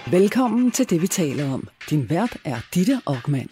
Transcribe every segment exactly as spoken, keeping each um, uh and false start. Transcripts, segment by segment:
Velkommen til det, vi taler om. Din vært er Ditte Okman.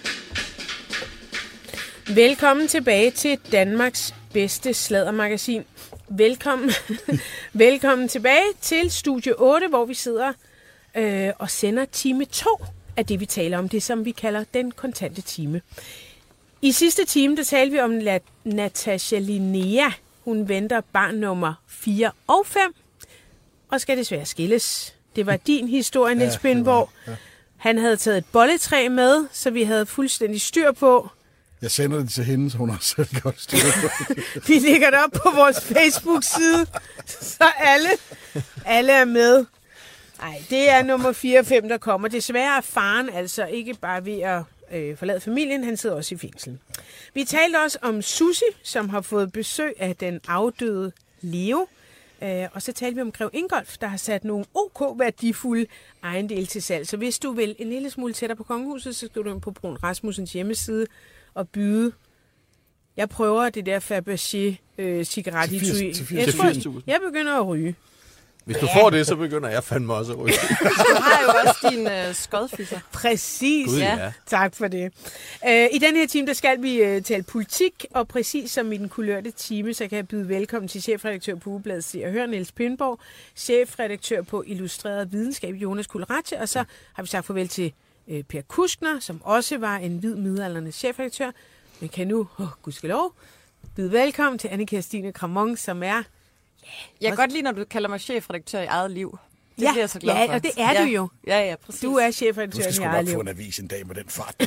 Velkommen tilbage til Danmarks bedste sladdermagasin. Velkommen, Velkommen tilbage til Studie otte, hvor vi sidder øh, og sender time to af det, vi taler om. Det, som vi kalder den kontante time. I sidste time, der talte vi om La- Natasha Linnea. Hun venter barn nummer fire og fem, og skal desværre skilles. Det var din historie, Niels ja, Bindborg. Ja. Han havde taget et bolletræ med, så vi havde fuldstændig styr på. Jeg sender det til hende, så hun har selv godt styr på. Vi lægger det op på vores Facebook-side, så alle, alle er med. Nej, det er nummer fire og fem, der kommer. Desværre er faren altså ikke bare ved at øh, forlade familien, han sidder også i fængsel. Vi talte også om Susie, som har fået besøg af den afdøde Leo. Øh, og så talte vi om Grev Ingolf, der har sat nogle ok værdifulde ejendele til salg. Så hvis du vil en lille smule tættere på kongehuset, så skal du ind på Brun Rasmussens hjemmeside og byde. Jeg prøver det der Fabergé øh, cigaret i tui. Jeg tror, jeg begynder at ryge. Hvis du får det, så begynder jeg fandme også at ryge. Du har jo også din øh, skodfisser. Præcis. Gud, ja. Tak for det. Øh, I den her time, der skal vi øh, tale politik, og præcis som i den kulørte time, så kan jeg byde velkommen til chefredaktør på Ugebladet Se og Hør, Niels Bindborg, chefredaktør på Illustreret Videnskab, Jonas Kulratje, og så har vi sagt farvel til øh, Per Kuskner, som også var en hvid midaldrende chefredaktør, men kan nu, åh, gudskelov, byde velkommen til Anne-Kirstine Kramon, som er... Jeg kan godt lide, når du kalder mig chefredaktør i eget liv. Det ja, bliver jeg så glad ja, for. og det er ja. du jo. Ja, ja, præcis. Du er chefredaktør i eget liv. Du skal sgu nok få en avis en dag med den fart.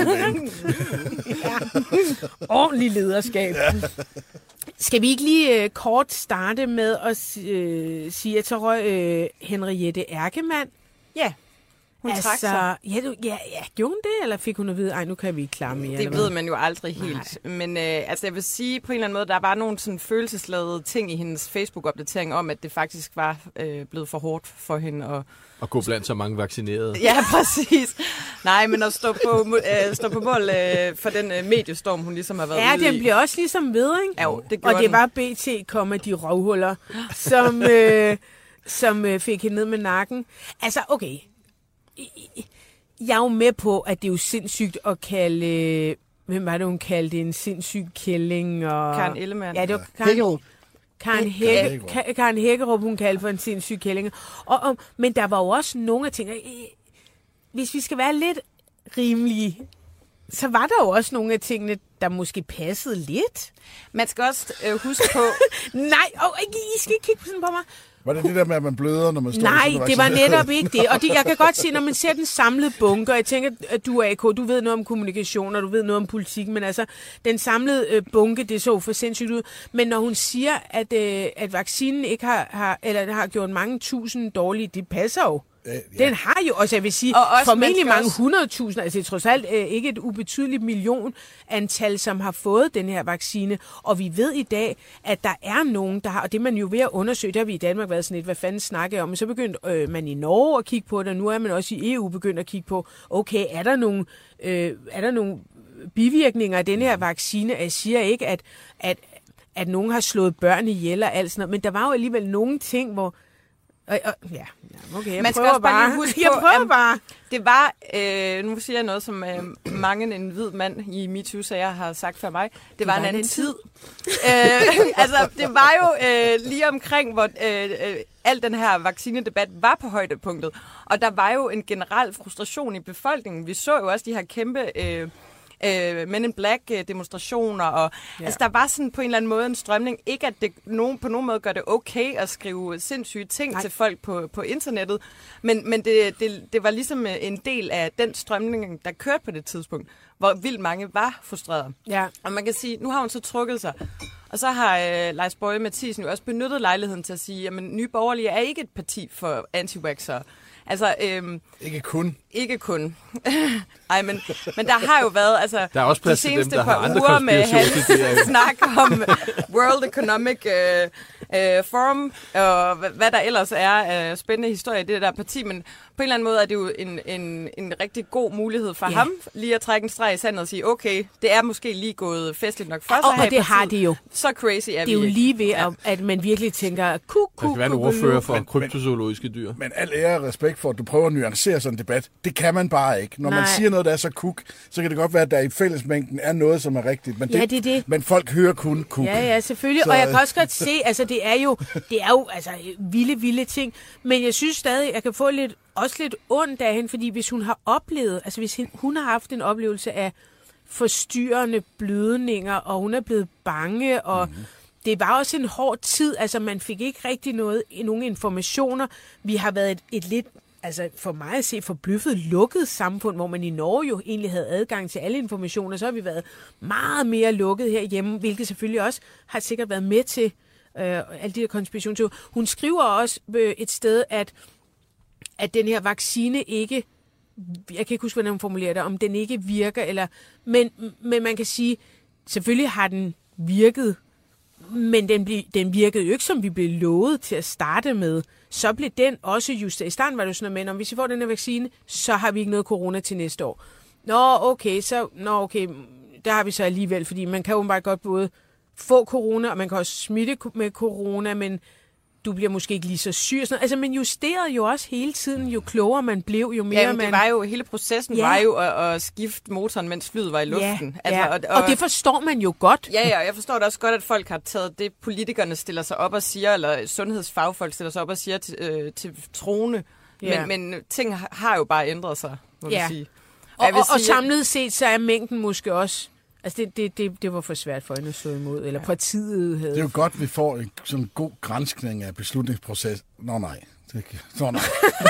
Ja. Ordentlig lederskab. Ja. Skal vi ikke lige uh, kort starte med at uh, sige, at så røg uh, Henriette Erkemann? Ja. Hun altså, trak sig. Ja, du, ja, ja, gjorde hun det, eller fik hun at vide, ej, nu kan vi ikke klare mere? Det ved man jo aldrig helt. Nej. Men øh, altså, jeg vil sige på en eller anden måde, der var nogle sådan følelsesladede ting i hendes Facebook-opdatering om, at det faktisk var øh, blevet for hårdt for hende. Og, og gå blandt så mange vaccinerede. Ja, præcis. Nej, men at stå på, øh, stå på mål øh, for den øh, mediestorm, hun ligesom har været ja, ude i. Ja, den bliver også ligesom ved, ikke? Jo, det og det den. var B T, kommer de røvhuller, som, øh, som øh, fik hende ned med nakken. Altså, okay... Jeg er jo med på, at det er jo sindssygt at kalde... Hvem var det, hun kaldte en sindssyg kælling? Og... Karen Ellemann. Ja, det var Karen Hækkerup. Karen, Hække, Karen Hækkerup, hun kaldte for en sindssyg kælling. Og, og, men der var jo også nogle af tingene... Hvis vi skal være lidt rimelige, så var der jo også nogle af tingene, der måske passede lidt. Man skal også øh, huske på... Nej, oh, I skal ikke kigge sådan på mig. Var det det der med, at man bløder, når man står... Nej, det var netop ikke det. Og det, jeg kan godt se, når man ser den samlede bunke, og jeg tænker, at du er A K, du ved noget om kommunikation, og du ved noget om politik, men altså, den samlede øh, bunke, det så for sindssygt ud. Men når hun siger, at, øh, at vaccinen ikke har, har, eller har gjort mange tusind dårlige, det passer jo. Ja. Den har jo også, jeg vil sige, formentlig mange hundredtusind, altså det er trods alt øh, ikke et ubetydeligt million antal, som har fået den her vaccine. Og vi ved i dag, at der er nogen, der har, og det man jo ved at undersøge, der har vi i Danmark været sådan lidt, hvad fanden snakker jeg om? Men så begyndte øh, man i Norge at kigge på det, og nu er man også i E U begyndt at kigge på, okay, er der nogle, øh, er der nogle bivirkninger af den her vaccine? Jeg siger ikke, at, at, at nogen har slået børn ihjel og alt sådan noget, men der var jo alligevel nogle ting, hvor Øh, øh, ja, okay, jeg Man skal prøver også bare bare. lige huske jeg på, prøver bare. Det var, øh, nu siger jeg noget, som øh, mange en hvid mand i MeToo-sager har sagt før mig. Det, det var, var en anden tid. øh, altså, det var jo øh, lige omkring, hvor øh, øh, al den her vaccinedebat var på højdepunktet. Og der var jo en generel frustration i befolkningen. Vi så jo også de her kæmpe... Øh, Øh, Men in Black-demonstrationer, og ja. Altså, der var sådan på en eller anden måde en strømning. Ikke, at det nogen, på nogen måde gør det okay at skrive sindssyge ting Nej. til folk på, på internettet, men, men det, det, det var ligesom en del af den strømning, der kørte på det tidspunkt, hvor vildt mange var frustrerede. Ja. Og man kan sige, nu har hun så trukket sig, og så har øh, Leif Boje Mathiesen jo også benyttet lejligheden til at sige, at Nye Borgerlige er ikke et parti for anti-vaxxere. Altså, øhm, ikke kun. Ikke kun. Ej, men, men der har jo været altså, der er også de seneste dem, par uger med hans snak om World Economic uh, uh, Forum, og hvad der ellers er af uh, spændende historie i det der parti, men på en eller anden måde er det jo en, en, en rigtig god mulighed for yeah. ham lige at trække en streg i sandet og sige, okay, det er måske lige gået festligt nok for sig. Og, og det har det jo. Så crazy er det vi er jo ikke. lige ved, at, at man virkelig tænker, kuk, kuk, der skal være en ordfører for kryptozoologiske dyr. Men, men al ære og respekt respekt for, at du prøver at nuancere sådan en debat. Det kan man bare ikke. Når Nej. man siger noget, der er så kuk, så kan det godt være, at der i fællesmængden er noget, som er rigtigt. Men, Ja, det, det er det. men folk hører kun kuk. Ja, ja, selvfølgelig. Så- Og jeg kan også godt se, altså det er jo, det er jo altså, vilde, vilde ting. Men jeg synes stadig, jeg kan få lidt, også lidt ondt af hende, fordi hvis hun har oplevet, altså hvis hun har haft en oplevelse af forstyrrende blødninger, og hun er blevet bange, og mm. det var også en hård tid. Altså man fik ikke rigtig noget, nogen informationer. Vi har været et, et lidt, altså for mig at se, forbløffet lukket samfund, hvor man i Norge jo egentlig havde adgang til alle informationer. Så har vi været meget mere lukket herhjemme, hvilket selvfølgelig også har sikkert været med til øh, alle de her konspirationsteorier. Hun skriver også øh, et sted, at, at den her vaccine ikke, jeg kan ikke huske, hvordan hun formulerer det, om den ikke virker, eller, men, men man kan sige, selvfølgelig har den virket, men den, ble, den virkede jo ikke, som vi blev lovet til at starte med. Så blev den også justeret. I starten var det sådan noget med, om hvis vi får den her vaccine, så har vi ikke noget corona til næste år. Nå, okay, så, nå, okay, der har vi så alligevel, fordi man kan jo bare godt både få corona, og man kan også smitte med corona, men du bliver måske ikke lige så syg. Og sådan noget. Altså, man justerede jo også hele tiden, jo klogere man blev, jo mere Jamen, man... det var jo, hele processen Ja. var jo at, at skifte motoren, mens flyet var i luften. Ja, ja. og, Og, og det forstår man jo godt. Ja, ja, jeg forstår det også godt, at folk har taget det, politikerne stiller sig op og siger, eller sundhedsfagfolk stiller sig op og siger til, øh, til troende. Ja. Men, men ting har- har jo bare ændret sig, må Ja. man sige. Og, jeg vil og, og sige, samlet set, så er mængden måske også... Altså, det, det, det, det var for svært for hende at stå imod, eller partiet havde... Det er jo godt, vi får en sådan god granskning af beslutningsproces. Nå nej. Det er ikke- Nå nej.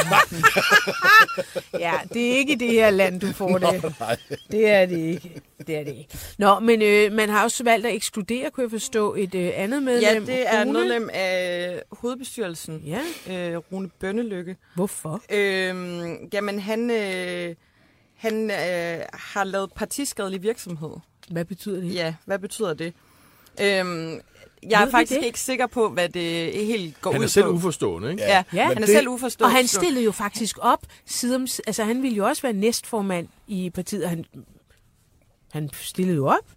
Ja, det er ikke i det her land, du får det. Nå, nej. Det er det ikke. Det er det ikke. Nå, men øh, man har også valgt at ekskludere, kunne jeg forstå, et øh, andet medlem. Ja, det er Rune. medlem af hovedbestyrelsen, Ja, øh, Rune Bønnelykke. hvorfor? Øhm, jamen, han, øh, han øh, har lavet partiskadelig virksomhed. Hvad betyder det? Ja, hvad betyder det? Øhm, jeg er vi faktisk det? ikke sikker på, hvad det helt går Han ud er selv på. uforstående, ikke? Ja, Ja, han er det- selv uforstående. Og han stillede jo faktisk op, side om, altså han ville jo også være næstformand i partiet, og han, han stillede jo op.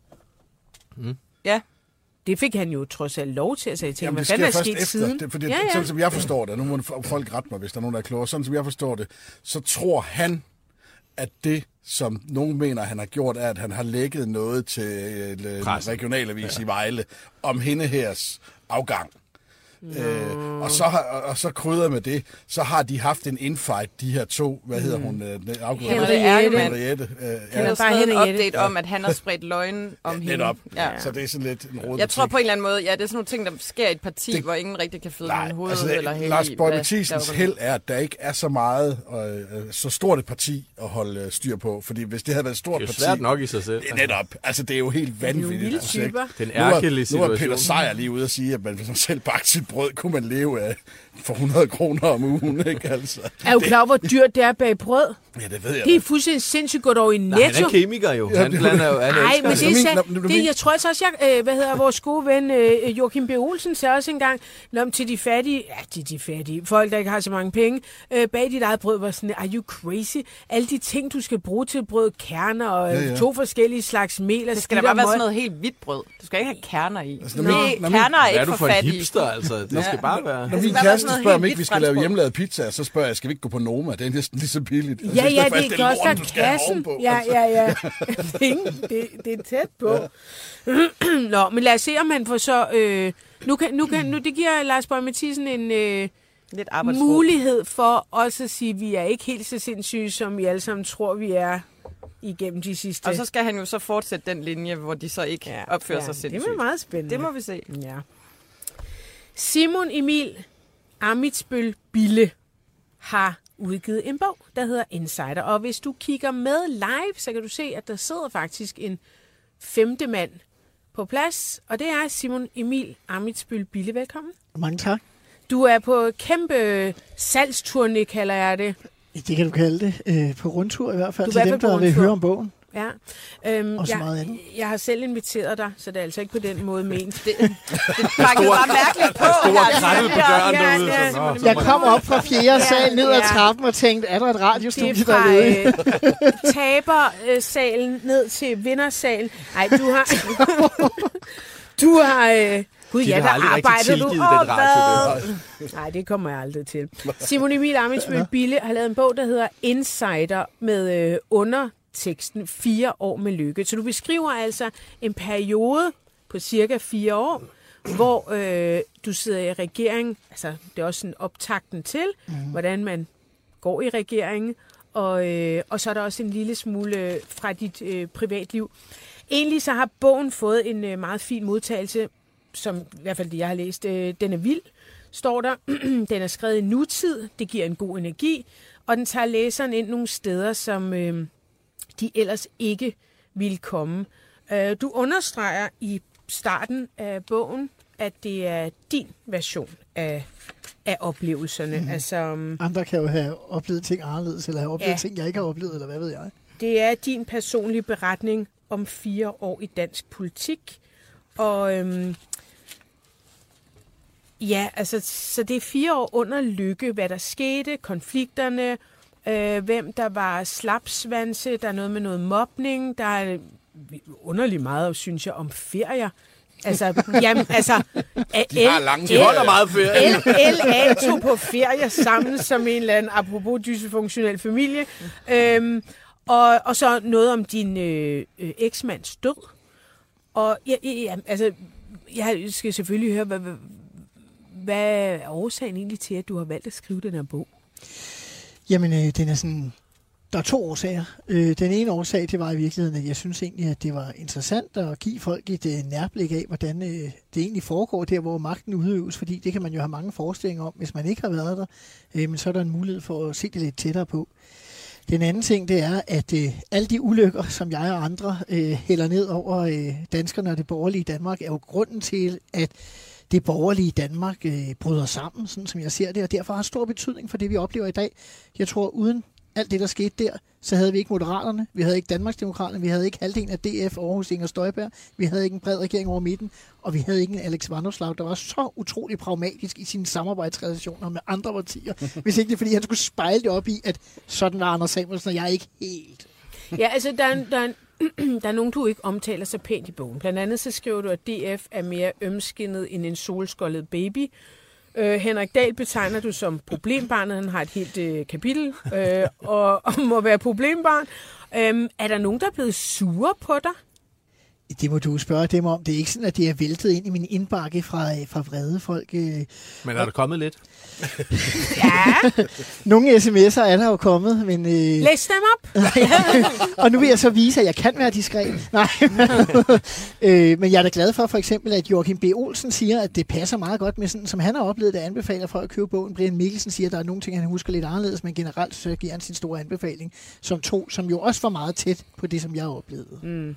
Ja, Det fik han jo trods alt lov til, altså jeg tænkte, Jamen, hvad det fanden er sker først sket efter. siden? Det, fordi ja, ja, ja. ja. Sådan som jeg forstår det, nu må folk rette mig, hvis der er nogen, der er klogere. Sådan som jeg forstår det, så tror han, at det, som nogen mener, han har gjort, er, at han har lækket noget til øh, Pressen. regionalavis ja. i Vejle om hende hers afgang. Øh, og, så har, og så krydder med det, så har de haft en infight, de her to, hvad hedder hun? Øh, afgået? Henriette. Henriette. Øh, han ja, har bare skrevet en Henriette. update om, at han har spredt løgn om hende. netop. Ja. Så det er sådan lidt en rodet Jeg tror på en eller anden måde, ja, det er sådan nogle ting, der sker i et parti, Det- hvor ingen rigtig kan føde Nej, nogen hovedet altså, eller hælde Lars i, Boje hvad Mathiesens der var- held er, at der ikke er så meget, øh, så stort et parti at holde øh, styr på. Fordi hvis det havde været et stort Det er jo parti... svært nok i sig selv. Det er netop. Altså, det er jo helt vanvittigt. vilde altså, ikke? typer. Det er en Nu er- ærgerlig Nu er Peter situation. Sejer lige ude og sige, at man, hvis man selv bagte sit brød, kunne man leve af for hundrede kroner om ugen, ikke altså? Er du klar, hvor dyrt det er bag brød? Ja, det ved jeg Det er da. fuldstændig sindssygt godt over i Nej, han Netto. er kemiker jo. Han blander jo... Han Nej, men elsker det, min- sag, nå, men du det min- jeg tror altså også, jeg, øh, hvad hedder vores gode ven øh, Joachim B. Olsen sagde også engang, om til de fattige, ja, de, de fattige, folk, der ikke har så mange penge, øh, bag dit eget brød var sådan, are you crazy? Alle de ting, du skal bruge til brød, kerner og Ja, ja, ja. ja. to forskellige slags mel. Det skal da bare være sådan noget helt hvidt brød. Du skal ikke have kerner i. Altså, når Nej, min- når min- kerner er Hvad er ikke du for for en fattige. hipster, altså? Det skal bare være... Når skal min bare være kæreste sådan noget spørger, om helt ikke vi hvidt skal lave franskbrød. hjemmelavet pizza, så spørger jeg, skal vi ikke gå på Noma? Det er næsten lige så billigt. Altså, Ja, i ja, stedet for at det stille koster lorten, du skal have kassen. ovenpå, Ja, altså. ja, ja. det, det, det er tæt på. Nå, men lad os se, om han får så... Øh, nu, kan, nu, kan, nu det giver Lars Boje Mathiesen en... Øh, Lidt arbejdsro. mulighed for også at sige, at vi er ikke helt så sindssyge, som vi alle sammen tror, vi er igennem de sidste... Og så skal han jo så fortsætte den linje, hvor de så ikke ja, opfører ja, sig sindssygt. det er meget spændende. Det må vi se. Ja. Simon Emil Amitsbøl Bille har udgivet en bog, der hedder Insider. Og hvis du kigger med live, så kan du se, at der sidder faktisk en femte mand på plads. Og det er Simon Emil Amitsbøl Bille. Velkommen. Mange tak. Du er på kæmpe salgsturné, kalder jeg det. Det kan du kalde det. Øh, på rundtur i hvert fald, Du er til i hvert dem, fald på der vil rundtur. høre om bogen. Ja. Øhm, Og så jeg, meget andet. jeg har selv inviteret dig, så det er altså ikke på den måde ment. Det, det bakkede bare mærkeligt på. Stor krabbel på døren Ja, derude. ja, så, nå, så Jeg må- kom op fra fjerde sal, ned ad ja. trappen og tænkte, er der et Det radiostudie er fra derude? øh, tabersalen ned til vindersalen. Nej, du har... du har... Øh, Gud, De ja, har der aldrig rigtig arbejder du. tilgivet Åh, den radio, hvad? Nej, det kommer jeg aldrig til. Simon Emil Ammitzbøll Bille har lavet en bog, der hedder Insider, med øh, underteksten Fire år med lykke. Så du beskriver altså en periode på cirka fire år, hvor øh, du sidder i regering. Altså, det er også sådan optakten til, mm. hvordan man går i regeringen. Og, øh, og så er der også en lille smule øh, fra dit øh, privatliv. Egentlig så har bogen fået en øh, meget fin modtagelse, som i hvert fald det, jeg har læst. Øh, den er vild, står der. Den er skrevet i nutid. Det giver en god energi. Og den tager læseren ind nogle steder, som øh, de ellers ikke ville komme. Øh, du understreger i starten af bogen, at det er din version af, af oplevelserne. Mm. Altså, um, Andre kan jo have oplevet ting anderledes, eller have oplevet ja. ting, jeg ikke har oplevet, eller hvad ved jeg. Det er din personlige beretning om fire år i dansk politik. Og øhm, ja, altså, så det er fire år under Lykke, hvad der skete, konflikterne, øh, hvem der var slapsvanse, der er noget med noget mobning, der er underligt meget, synes jeg, om ferier. Altså, jamen, altså... De har lange De holder meget ferie. L A tog på ferie sammen som en eller anden, apropos dysfunktionel familie. Øhm, og, og så noget om din øh, øh, eksmands død. Og ja, ja, altså, jeg skal selvfølgelig høre, hvad, hvad, hvad er årsagen egentlig til, at du har valgt at skrive den her bog? Jamen, øh, den er sådan... Der er to årsager. Øh, den ene årsag, det var i virkeligheden, at jeg synes egentlig, at det var interessant at give folk et øh, nærblik af, hvordan øh, det egentlig foregår der, hvor magten udøves, fordi det kan man jo have mange forestillinger om, hvis man ikke har været der, øh, men så er der en mulighed for at se det lidt tættere på. Den anden ting, det er, at øh, alle de ulykker, som jeg og andre øh, hælder ned over øh, danskerne og det borgerlige Danmark, er jo grunden til, at det borgerlige Danmark øh, bryder sammen, sådan som jeg ser det, og derfor har stor betydning for det, vi oplever i dag. Jeg tror, uden alt det, der skete der, så havde vi ikke Moderaterne, vi havde ikke Danmarksdemokraterne, vi havde ikke halvdelen af D F over hos Inger Støjberg, vi havde ikke en bred regering over midten, og vi havde ikke en Alex Vanopslagh, der var så utrolig pragmatisk i sine samarbejdsrelationer med andre partier, hvis ikke det, fordi han skulle spejle det op i, at sådan var Anders Samuelsen, og jeg er ikke helt. Ja, altså, der er, der, er, der er nogen, du ikke omtaler så pænt i bogen. Blandt andet så skriver du, at D F er mere ømskindet end en solskoldet baby. Uh, Henrik Dahl betegner du som problembarnet. Han har et helt uh, kapitel uh, og, og må være problembarn. Um, er der nogen, der er blevet sure på dig? Det må du spørge dem om. Det er ikke sådan, at det er væltet ind i min indbakke fra, fra vrede folk. Men er der kommet lidt? Ja. Nogle sms'er er der jo kommet, men... Øh... Læs dem op! Og nu vil jeg så vise, at jeg kan være diskret. Nej. øh, men jeg er da glad for, for eksempel, at Joachim B. Olsen siger, at det passer meget godt med sådan, som han har oplevet, det anbefaler for at købe bogen. Brian Mikkelsen siger, at der er nogle ting, han husker lidt anderledes, men generelt så giver han sin store anbefaling som to, som jo også var meget tæt på det, som jeg oplevede. Mm.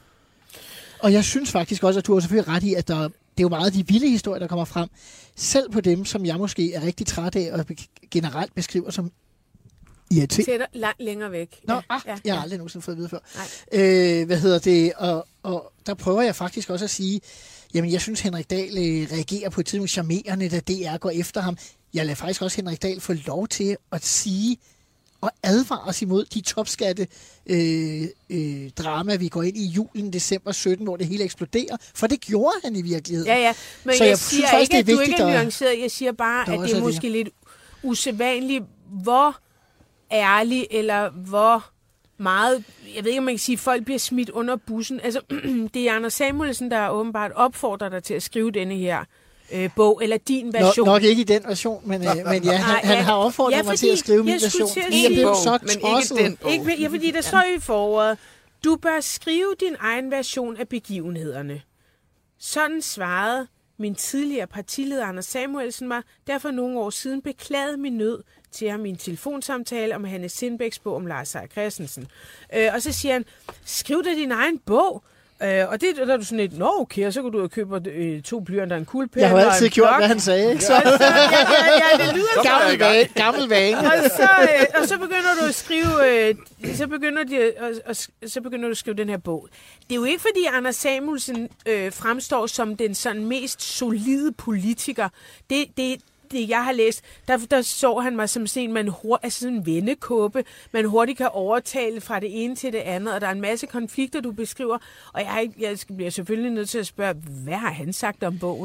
Og jeg synes faktisk også, at du har selvfølgelig ret i, at der, det er jo meget de vilde historier, der kommer frem. Selv på dem, som jeg måske er rigtig træt af og generelt beskriver som irriterende. Sætter langt længere væk. Nå, ja, ah, ja, jeg har ja. aldrig nogensinde fået at vide før. Øh, hvad hedder det? Og, og der prøver jeg faktisk også at sige, jamen jeg synes, Henrik Dahl øh, reagerer på et tidspunkt charmerende, da D R går efter ham. Jeg lader faktisk også Henrik Dahl få lov til at sige og advare os imod de topskatte øh, øh, drama, vi går ind i julen december sytten, hvor det hele eksploderer. For det gjorde han i virkeligheden. Ja, ja. Men så jeg, jeg siger synes ikke, faktisk, at det er du ikke vigtigt, er der- nuanceret. Jeg siger bare, Der at også det er er det. måske lidt usædvanligt, hvor ærlig eller hvor meget, jeg ved ikke, om man kan sige, at folk bliver smidt under bussen. Altså, det er Anders Samuelsen, der åbenbart opfordrer dig til at skrive denne her øh, bog, eller din version. Nok, nok ikke i den version, men, øh, men ja, han, Nej, han ja. har opfordret Ja, mig til fordi at skrive min jeg skulle version. til at Fordi sige- jeg blev Bog, så men ikke tosset. den bog. Ikke, ja, fordi der står i foråret, du bør skrive din egen version af begivenhederne. Sådan svarede min tidligere partileder Anders Samuelsen mig, derfor nogle år siden beklagede min nød til ham i en telefonsamtale om Hanne Sindbæks bog om Lars Seier Christensen. Øh, og så siger han, skriv da din egen bog. Øh, og det der er du sådan lidt, nå okay, og så går du ud og køber øh, to blyanter, en kuglepen Jeg har jo og altid en gjort, blok. hvad han sagde. Så Ja, ja, ja, det lyder gammel vane. Gammel vane. og så, øh, og så begynder du at skrive, øh, så begynder de, at, og, og, så begynder du at skrive den her bog. Det er jo ikke fordi Anders Samuelsen øh, fremstår som den sådan mest solide politiker. Det, det, det jeg har læst, der, der så han mig som sådan en, man hurtigt, altså sådan en vendekåbe, man hurtigt kan overtale fra det ene til det andet, og der er en masse konflikter, du beskriver, og jeg, har ikke, jeg bliver selvfølgelig nødt til at spørge, hvad har han sagt om bogen?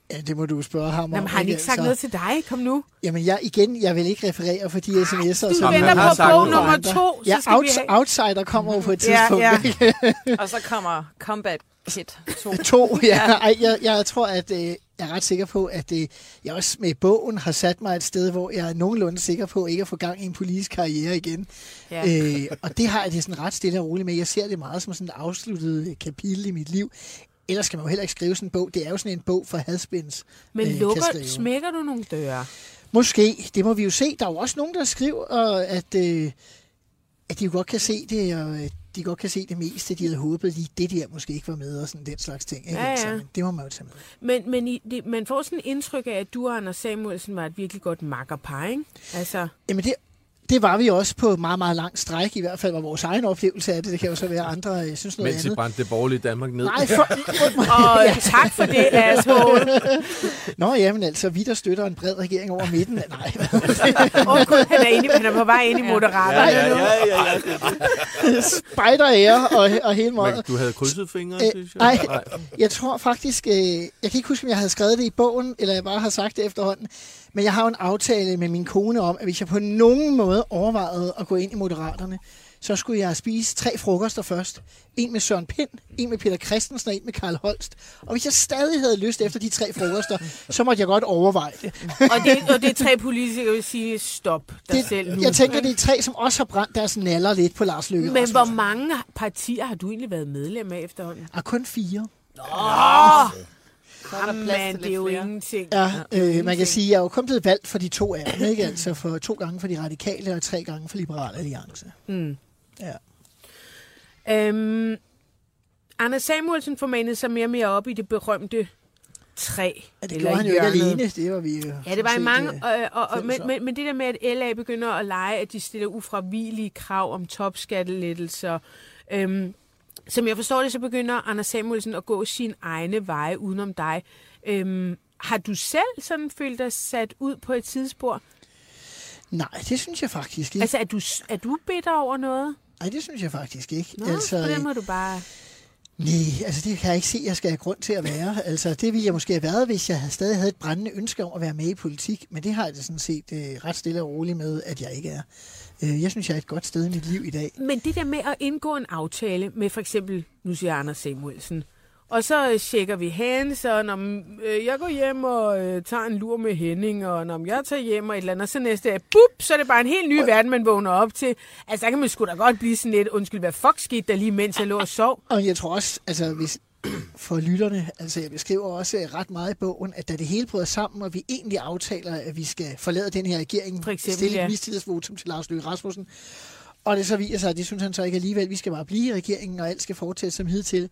Ja, det må du spørge ham om. Jamen, har han ikke sagt altså. noget til dig? Kom nu. Jamen, jeg, igen, jeg vil ikke referere for de sms'er. Du som venter jeg har på sagt bog med nummer andre. to, så Ja, skal out, vi have... Outsider kommer jo på et Ja, tidspunkt. ja. Og så kommer Combat Kit to. to, ja. Ej, jeg, jeg tror, at øh, jeg er ret sikker på, at øh, jeg også med bogen har sat mig et sted, hvor jeg er nogenlunde sikker på ikke at få gang i en politisk karriere igen. Ja. Øh, og det har jeg det sådan ret stille og roligt med. Jeg ser det meget som sådan et afsluttet kapitel i mit liv. Ellers skal man jo heller ikke skrive sådan en bog. Det er jo sådan en bog for hadspænds. Men øh, lukker, kan skrive. smækker du nogle døre? Måske. Det må vi jo se. Der er jo også nogen, der skriver, at, øh, at de jo godt kan se det, og øh, de godt kan se det meste, de havde håbet lige det der måske ikke var med, og sådan den slags ting. Ikke? Ja, ja. Altså, men det må man jo tage med. Men, men i, det, man får sådan et indtryk af, at du og Anders Samuelsen var et virkelig godt makkerpar, ikke? Altså... Jamen det, det var vi også på meget, meget lang stræk. I hvert fald var vores egen oplevelse af det. Det kan jo så være andre, jeg synes noget Mens I andet. brændte det borgerlige Danmark ned. Nej, for... Og ja. Tak for det, asshole. Nå, jamen altså, vi der støtter en bred regering over midten. Nej, Åh oh, gud, han er, inde, han er på vej ind i Moderaterne. Ja, ja, ja, ja, ja. spejder ære og, og hele Men meget. du havde krydset fingre, Øh, synes jeg. nej, jeg tror faktisk, øh, jeg kan ikke huske, om jeg havde skrevet det i bogen, eller jeg bare har sagt det efterhånden, men jeg har jo en aftale med min kone om, at hvis jeg på nogen måde overvejede at gå ind i Moderaterne, så skulle jeg spise tre frokoster først. En med Søren Pind, en med Peter Christensen og en med Karl Holst. Og hvis jeg stadig havde lyst efter de tre frokoster, så måtte jeg godt overveje det. Og det, og det er tre politikere, der vil sige, stop dig det selv nu. jeg tænker, det er tre, som også har brændt deres naller lidt på Lars Løkke Men hvor Rasmussen. mange partier har du egentlig været medlem af efterhånden? Ah, kun fire. Åh! Så er der plads Jamen, til det er jo lidt flere. ingenting. Ja, øh, man kan sige, at jeg er jo kun blevet valgt for de to af dem, ikke? Altså for to gange for de radikale og tre gange for Liberal Alliance. Mm. Ja. Øhm, Anders Samuelsen formandede sig mere og mere op i det berømte træ. Ja, det eller gjorde han jo ikke hjørnet. alene. Det var vi jo. Ja, det var i sådan mange, set, og, og, og, fælles men, om. men, men det der med, at L A begynder at lege, at de stiller ufravigelige krav om topskattelettelser. Øhm, som jeg forstår det, så begynder Anders Samuelsen at gå sin egne veje udenom dig. Øhm, har du selv sådan følt dig sat ud på et tidsspor? Nej, det synes jeg faktisk ikke. Altså, er du, er du bitter over noget? Nej, det synes jeg faktisk ikke. Nå, altså, på den må du bare... nej, altså det kan jeg ikke se, jeg skal have grund til at være. Altså, det ville jeg måske have været, hvis jeg havde stadig havde et brændende ønske om at være med i politik. Men det har jeg det sådan set øh, ret stille og roligt med, at jeg ikke er. Øh, jeg synes, jeg er et godt sted i mit liv i dag. Men det der med at indgå en aftale med for eksempel, nu siger Anders Samuelsen, og så øh, tjekker vi hands, og når øh, jeg går hjem og øh, tager en lur med Henning, og når jeg tager hjem og et eller andet, og så næste dag, bup, så er det bare en helt ny og... verden, man vågner op til. Altså, der kan man sgu da godt blive sådan lidt, undskyld, hvad fuck skete der lige, mens jeg lå og sov? Og jeg tror også, altså hvis for lytterne, altså jeg beskriver også ret meget i bogen, at da det hele bryder sammen, og vi egentlig aftaler, at vi skal forlade den her regering, For eksempel, stille et ja. mistillidsvotum til Lars Løkke Rasmussen, og det så viser sig, at det synes han så ikke alligevel, vi skal bare blive i regeringen, og alt skal fortsætte som hidtil.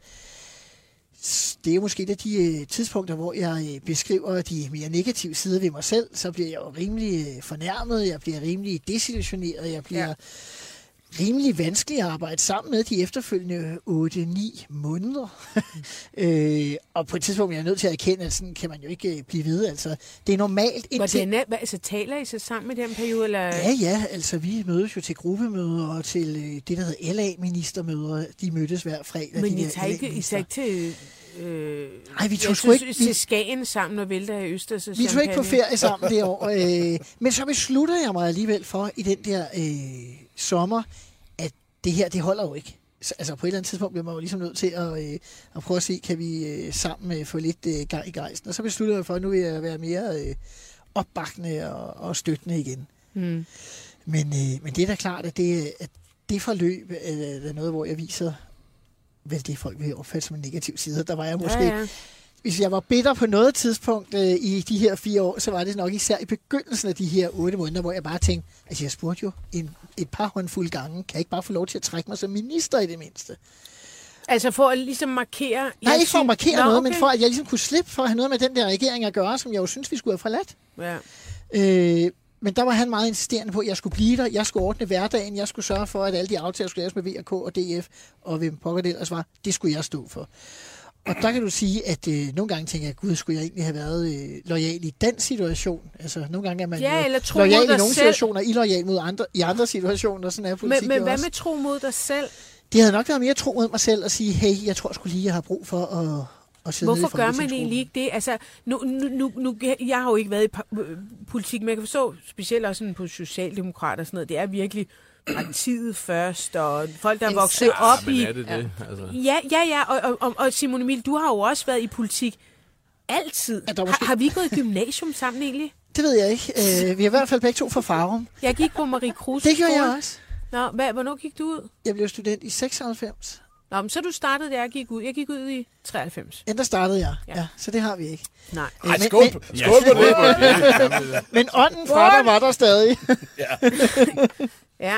Det er jo måske et af de øh, tidspunkter, hvor jeg øh, beskriver de mere negative sider ved mig selv, så bliver jeg jo rimelig øh, fornærmet, jeg bliver rimelig desillusioneret, jeg bliver ja. rimelig vanskelig at arbejde sammen med de efterfølgende otte ni måneder. øh, og på et tidspunkt er jeg nødt til at erkende, at sådan kan man jo ikke øh, blive ved. Altså, det er normalt indtil... Hvordan er, hvad, altså, taler I så sammen i den periode? Eller? Ja, ja, altså vi mødes jo til gruppemøder og til øh, det, der hedder L A-ministermøder. De mødtes hver fredag. Men de I der tager ikke, I tager L A-minister. ikke til... Øh, Nej, vi tog jeg sgu synes, ikke... Vi, til Skagen sammen og vælter i Østers og vi tog ikke på ferie sammen det år. Øh, men så besluttede jeg mig alligevel for i den der øh, sommer, at det her, det holder jo ikke. Så, altså på et eller andet tidspunkt bliver man jo ligesom nødt til at, øh, at prøve at se, kan vi øh, sammen øh, få lidt øh, gang i gejsten. Og så besluttede jeg for, at nu vil jeg være mere øh, opbakkende og, og støttende igen. Mm. Men, øh, men det er da klart, at det, at det forløb øh, er noget, hvor jeg viser, vel det folk vil opfatte som en negativ side. Der var jeg måske... Ja, ja. Hvis jeg var bitter på noget tidspunkt øh, i de her fire år, så var det nok især i begyndelsen af de her otte måneder, hvor jeg bare tænkte, altså jeg spurgte jo en, et par håndfulde gange, kan jeg ikke bare få lov til at trække mig som minister i det mindste? Altså for at ligesom markere... Nej, ikke for at markere Nå, noget, okay. men for at jeg ligesom kunne slippe for at have noget med den der regering at gøre, som jeg jo synes, vi skulle have forladt. Ja. Øh, men der var han meget insisterende på, at jeg skulle blive der, jeg skulle ordne hverdagen, jeg skulle sørge for, at alle de aftaler skulle laves med V og K og D F, og hvem pokker det ellers var, det skulle jeg stå for. Og der kan du sige, at øh, nogle gange tænker jeg, gud, skulle jeg egentlig have været øh, lojal i den situation? Altså, nogle gange er man Ja, jo eller tro mod lojal i dig nogle selv. situationer, illoyal mod andre, i andre situationer, sådan er politik Men, men jo hvad også. med tro mod dig selv? Det havde nok været mere tro mod mig selv at sige, hey, jeg tror sgu lige, jeg har brug for at, at sidde nede i Hvorfor gør man folketingsgruppen. egentlig ikke det? Altså, nu, nu, nu, nu, jeg har jo ikke været i pa- øh, politik, men jeg kan forstå, specielt også sådan på socialdemokrater og sådan noget, det er virkelig partiet først, og folk, der er vokset op men i... er det det? Altså. Ja, ja, ja, og, og, og Simon Emil, du har jo også været i politik altid. Ja, der er Har, måske- har vi gået i gymnasium sammen egentlig? Det ved jeg ikke. Øh, vi er i hvert fald begge to fra Farum. Jeg gik på Marie Kruse. Det gjorde jeg også. Nå, hvad, hvornår gik du ud? Jeg blev student i seksoghalvfems. Nå, men så du startede, da jeg gik ud. Jeg gik ud i treoghalvfems. Ja, der startede jeg. Ja. Ja, så det har vi ikke. Nej. Øh, Ej, men- skål, men- på- skål på det. Men ånden fra der var der stadig. Ja,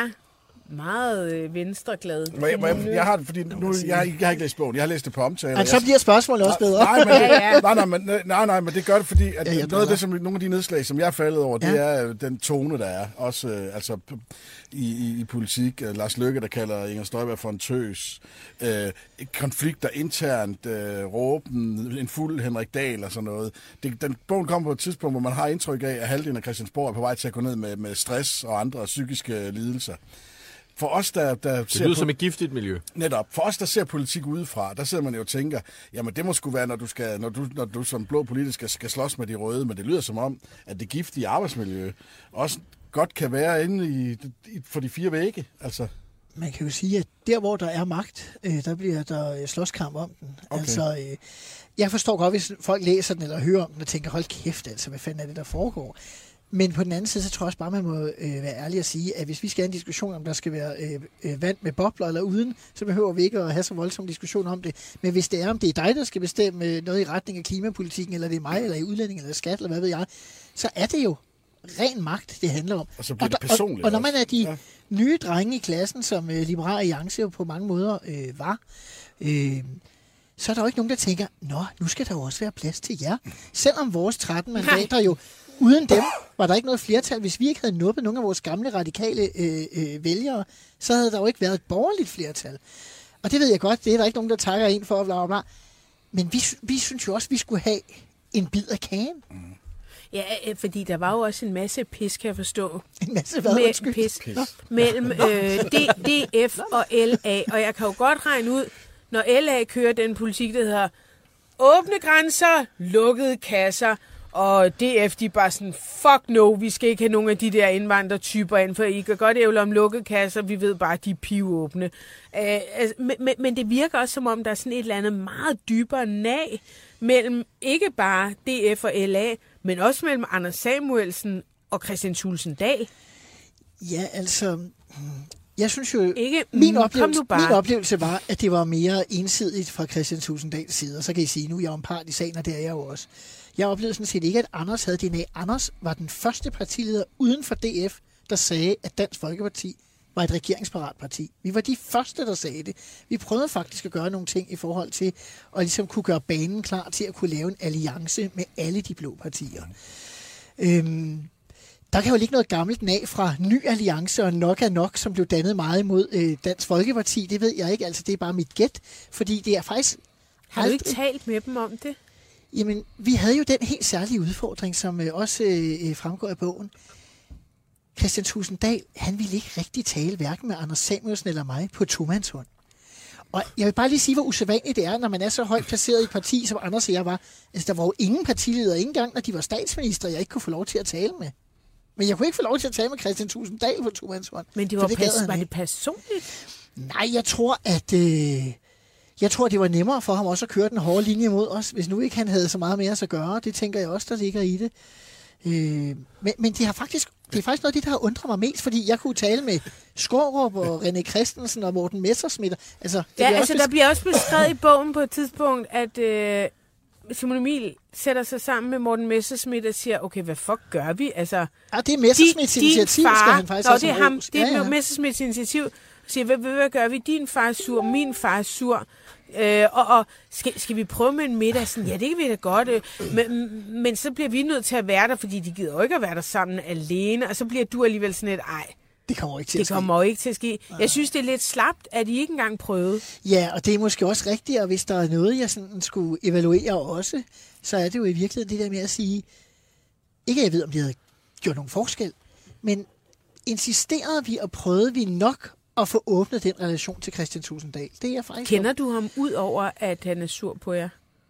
meget øh, venstreglad. Må jeg, må jeg, jeg har, fordi nu, jeg, har- jeg har ikke læst bogen, jeg har læst det på omtale. Og så bliver spørgsmålet også bedre. Nej, men, Ja, ja. nej, nej, men, nej, nej, men det gør det, fordi at Ja, ja, jeg noget driller. af det, som nogle af de nedslag, som jeg er faldet over, det Ja. er øh, den tone, der er. Også øh, altså, p- i, i, i politik. Øh, Lars Løkke, der kalder Inger Støjberg for en tøs. Øh, konflikter internt, øh, råben, en fuld Henrik Dahl og sådan noget. Det, den bogen kommer på et tidspunkt, hvor man har indtryk af, at halvdelen af Christiansborg er på vej til at gå ned med, med stress og andre psykiske lidelser. For os, der, der Det ser lyder på- som et giftigt miljø. Netop. For os, der ser politik udefra, der sidder man jo og tænker, jamen det må sgu være, når du, skal, når du, når du som blå politiker skal slås med de røde, men det lyder som om, at det giftige arbejdsmiljø også godt kan være inde i, i, for de fire vægge. Altså, Man kan jo sige, at der, hvor der er magt, øh, der bliver der øh, slåskamp om den. Okay. Altså, øh, jeg forstår godt, hvis folk læser den eller hører om den og tænker, hold kæft, altså, hvad fanden er det, der foregår? Men på den anden side, så tror jeg også bare, man må øh, være ærlig og sige, at hvis vi skal have en diskussion om, der skal være øh, øh, vand med bobler eller uden, så behøver vi ikke at have så voldsom diskussion om det. Men hvis det er, om det er dig, der skal bestemme noget i retning af klimapolitikken, eller det er mig, eller i udlænding, eller skat, eller hvad ved jeg, så er det jo ren magt, det handler om. Og så bliver det der- personligt Og, og når man også. er de Ja. nye drenge i klassen, som øh, Liberal Alliance jo på mange måder øh, var, øh, så er der jo ikke nogen, der tænker, nå, nu skal der jo også være plads til jer. Selvom vores tretten mandater jo, uden dem, var der ikke noget flertal. Hvis vi ikke havde nuppet nogle af vores gamle radikale øh, øh, vælgere, så havde der jo ikke været et borgerligt flertal. Og det ved jeg godt, det er der ikke nogen, der takker en for, bla, bla, bla. Men vi, vi synes jo også, vi skulle have en bid af kagen. Ja, øh, fordi der var jo også en masse pis, kan jeg forstå. En masse hvad, Med undskyld. pis. Pis. Mellem øh, D, DF og L A. Og jeg kan jo godt regne ud, når L A kører den politik, der hedder åbne grænser, lukkede kasser, og D F, de er bare sådan, fuck no, vi skal ikke have nogen af de der indvandrertyper ind, for I kan godt ævle om lukkede kasser, vi ved bare, at de er pivåbne. Øh, altså, men, men, men det virker også, som om der er sådan et eller andet meget dybere nag mellem ikke bare D F og L A, men også mellem Anders Samuelsen og Christian Thulesen Dahl. Ja, altså... mm, Jeg synes jo, Ikke? min, Mm, kom oplevelse, nu bare. min oplevelse var, at det var mere ensidigt fra Christian Thulesen Dahls side. Og så kan I sige, nu er jeg jo en part i sagen, og det er jeg jo også. Jeg oplevede sådan set ikke, at Anders havde D N A. Anders var den første partileder uden for D F, der sagde, at Dansk Folkeparti var et regeringsparat parti. Vi var de første, der sagde det. Vi prøvede faktisk at gøre nogle ting i forhold til at ligesom kunne gøre banen klar til at kunne lave en alliance med alle de blå partier. Øhm, der kan jo ligge noget gammelt nag fra Ny Alliance og Nok er Nok, som blev dannet meget imod øh, Dansk Folkeparti. Det ved jeg ikke, altså det er bare mit gæt, fordi det er faktisk... Har du ikke aldrig- talt med dem om det? Jamen, vi havde jo den helt særlige udfordring, som øh, også øh, fremgår af bogen. Christian Thulesen Dahl, han ville ikke rigtig tale, hverken med Anders Samuelsen eller mig, på tomandshånd. Og jeg vil bare lige sige, hvor usædvanligt det er, når man er så højt placeret i et parti, som Anders og jeg var. Altså, der var jo ingen partiledere, ikke engang når de var statsminister, jeg ikke kunne få lov til at tale med. Men jeg kunne ikke få lov til at tale med Christian Thulesen Dahl på tomandshånd. Men det for var, gad pas, han var ikke. det personligt? Nej, jeg tror, at øh, jeg tror, det var nemmere for ham også at køre den hårde linje mod os, hvis nu ikke han havde så meget mere at gøre. Det tænker jeg også, der ligger i det. Øh, men, men det har faktisk, det er faktisk noget af det, der har undret mig mest, fordi jeg kunne tale med Skårup og René Christensen og Morten Messerschmidt. Altså, det Ja, bliver altså også der bliver også beskrevet i bogen på et tidspunkt, at øh, Simon Emil sætter sig sammen med Morten Messerschmidt og siger, okay, hvad fuck gør vi? Altså, ja, det er Messerschmidts initiativ, far, skal han faktisk Nå, have det er som ham, ros. det er Ja, ja. Messerschmidts initiativ. Siger, hvad, hvad, hvad gør vi? Din far er sur, min far er sur. Øh, og og skal, skal vi prøve med en middag? Sådan, ja, det kan vi da godt. Øh, men, men så bliver vi nødt til at være der, fordi de gider jo ikke at være der sammen alene. Og så bliver du alligevel sådan et, ej, Det kommer ikke til det at ske. kommer jo ikke til at ske. Jeg synes, det er lidt slapt, at I ikke engang prøvede. Ja, og det er måske også rigtigt, og hvis der er noget, jeg sådan skulle evaluere også, så er det jo i virkeligheden det der med at sige, ikke at jeg ved, om det havde gjort nogen forskel, men insisterede vi og prøvede vi nok at få åbnet den relation til Christian Thulesen Dahl. Det er jeg faktisk... Kender du ham ud over, at han er sur på jer?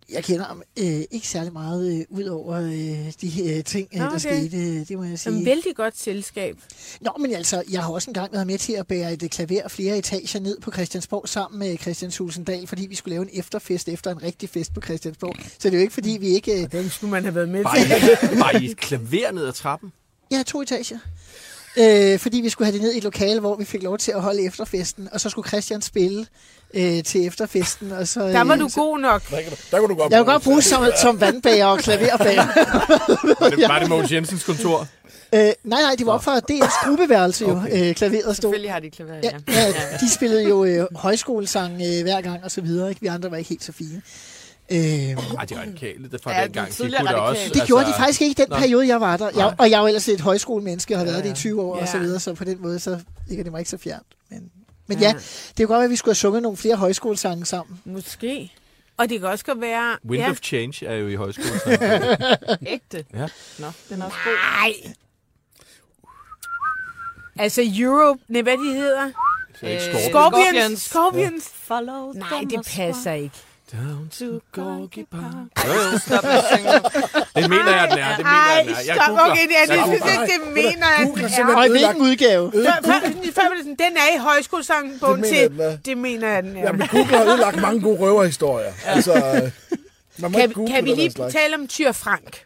Jeg kender ham øh, ikke særlig meget øh, ud over øh, de øh, ting, øh, Okay. der skete, det må jeg sige. Som vældig godt selskab. Nå, men altså, jeg har også engang været med til at bære et klaver flere etager ned på Christiansborg sammen med Christian Thulesen Dahl, fordi vi skulle lave en efterfest efter en rigtig fest på Christiansborg. Så det er jo ikke, fordi vi ikke... Øh, Den skulle man have været med Bare til. I, bare I et klaver ned ad trappen? ja, to etager. Øh, fordi vi skulle have det ned i et lokale, hvor vi fik lov til at holde efterfesten, og så skulle Christian spille øh, til efterfesten. Og så, Der var øh, du så, god nok. Der, kan du, der kunne du godt Jeg kunne bruge godt bruges som, som vandbager og klaverbager. Var det, var det Mogens Jensens kontor? øh, nej, nej, de var op fra D F's gruppeværelse jo, Okay. øh, klaveret stod. Selvfølgelig har de klaver, ja. Ja, ja, de spillede jo øh, højskolesang øh, hver gang og så videre. Ikke? Vi andre var ikke helt så fine. Øh, Ej, de radikale det fra Ja, ja, de dengang. tidligere kunne da radikale. også, det altså, gjorde de faktisk ikke i den Nå. periode, jeg var der. Jeg, Nej. og jeg er jo ellers et højskolemenneske og har været Ja, det i ja. tyve år Ja. og så videre, så på den måde så ligger det mig ikke så fjernt. Men, men Ja. ja, det kan godt være, at vi skulle have sunget nogle flere højskolesange sammen. Måske. Og det kan også godt være... Wind ja. of Change er jo i højskole. Ægte. Ja. Nå, den er også god. Nej. Altså Europe... Nej, hvad de hedder? Øh, Scorpions. Scorpions. Scorpions. Follow Nej, det passer ikke. Down to Gorky Park. Stop med at synge. Det mener jeg, den er. Det mener jeg, den er. Jeg stop. googler. Okay, det er det. Jeg Jeg synes googler. ikke, det mener jeg, Google den har simpelthen Og i er. hvilken udgave? Før, før, før var det sådan, den er i højskolesangbogen Det mener jeg, til... den er. Det mener jeg, den er. Jamen, Google har ødelagt mange gode røverhistorier. Altså, øh, man må Kan, ikke google kan vi den lige slags. tale om Tyr Frank?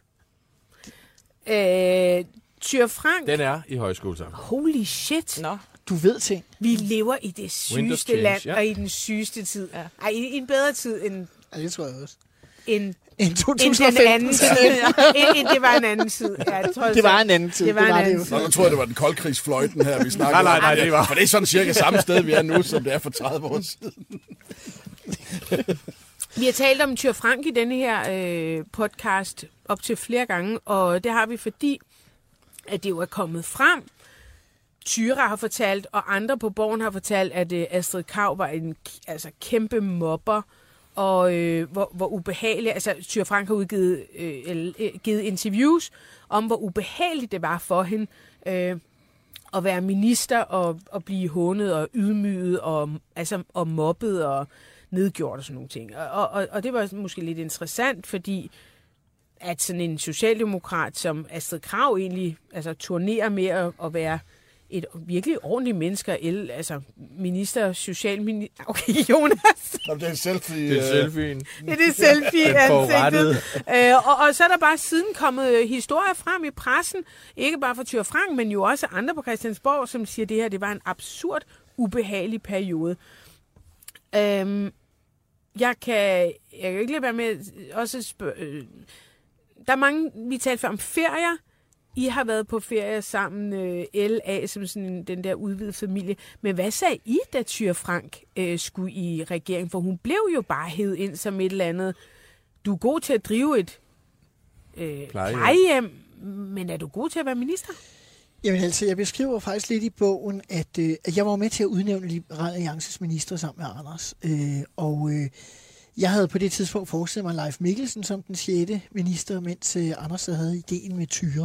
Øh, Tyr Frank... Den er i højskolesang. Holy shit. Nå, Du ved ting. Vi lever i det Wind of sygeste change, land, ja. og i den sygeste tid. Ja. Ej, i, i en bedre tid end, Ja, det tror jeg også. end, En to end tusind og den anden femten. tid. end, end det var en anden tid. Ja, jeg tror, Det var en anden tid. Det var en anden jo. tid. Nå, nu tror jeg, det var den koldkrigsfløjten her, vi snakker Nej, nej, nej, om. det var- For det er sådan cirka samme sted, vi er nu, som det er for tredive år siden. Vi har talt om Tyr Frank i denne her øh, podcast op til flere gange, og det har vi, fordi at det jo er kommet frem. Tyra har fortalt, og andre på Borgen har fortalt, at øh, Astrid Krag var en altså, kæmpe mobber, og øh, hvor, hvor ubehagelig, altså Tyra Frank har udgivet øh, eller, øh, givet interviews om, hvor ubehageligt det var for hende øh, at være minister og, og blive hånet og ydmyget og, altså, og mobbet og nedgjort og sådan nogle ting. Og, og, og det var måske lidt interessant, fordi at sådan en socialdemokrat som Astrid Krag egentlig altså, turnerer med at, at være et virkelig ordentligt menneske, el, altså minister, socialminister... Okay, Jonas, Nå, det er en selfie. Det er øh, selfien. det er det selfie Den ansigtet. forurettede. Øh, og, og så er der bare siden kommet øh, historier frem i pressen, ikke bare fra Tyr Frank, men jo også andre på Christiansborg, som siger, at det her det var en absurd, ubehagelig periode. Øhm, jeg kan jeg kan ikke lade være med også spørge... Øh, der er mange, vi talte før om ferier. I har været på ferie sammen, øh, L A, som sådan en, den der udvidede familie. Men hvad sagde I, da Tyr Frank øh, skulle i regering? For hun blev jo bare hævet ind som et eller andet. Du er god til at drive et øh, Plejehjem. plejehjem, men er du god til at være minister? Jamen altså, jeg beskriver faktisk lidt i bogen, at, øh, at jeg var med til at udnævne Liberal Alliances minister sammen med Anders. Øh, og øh, jeg havde på det tidspunkt forestillet mig Leif Mikkelsen som den sjette minister, mens øh, Anders havde ideen med Tyre.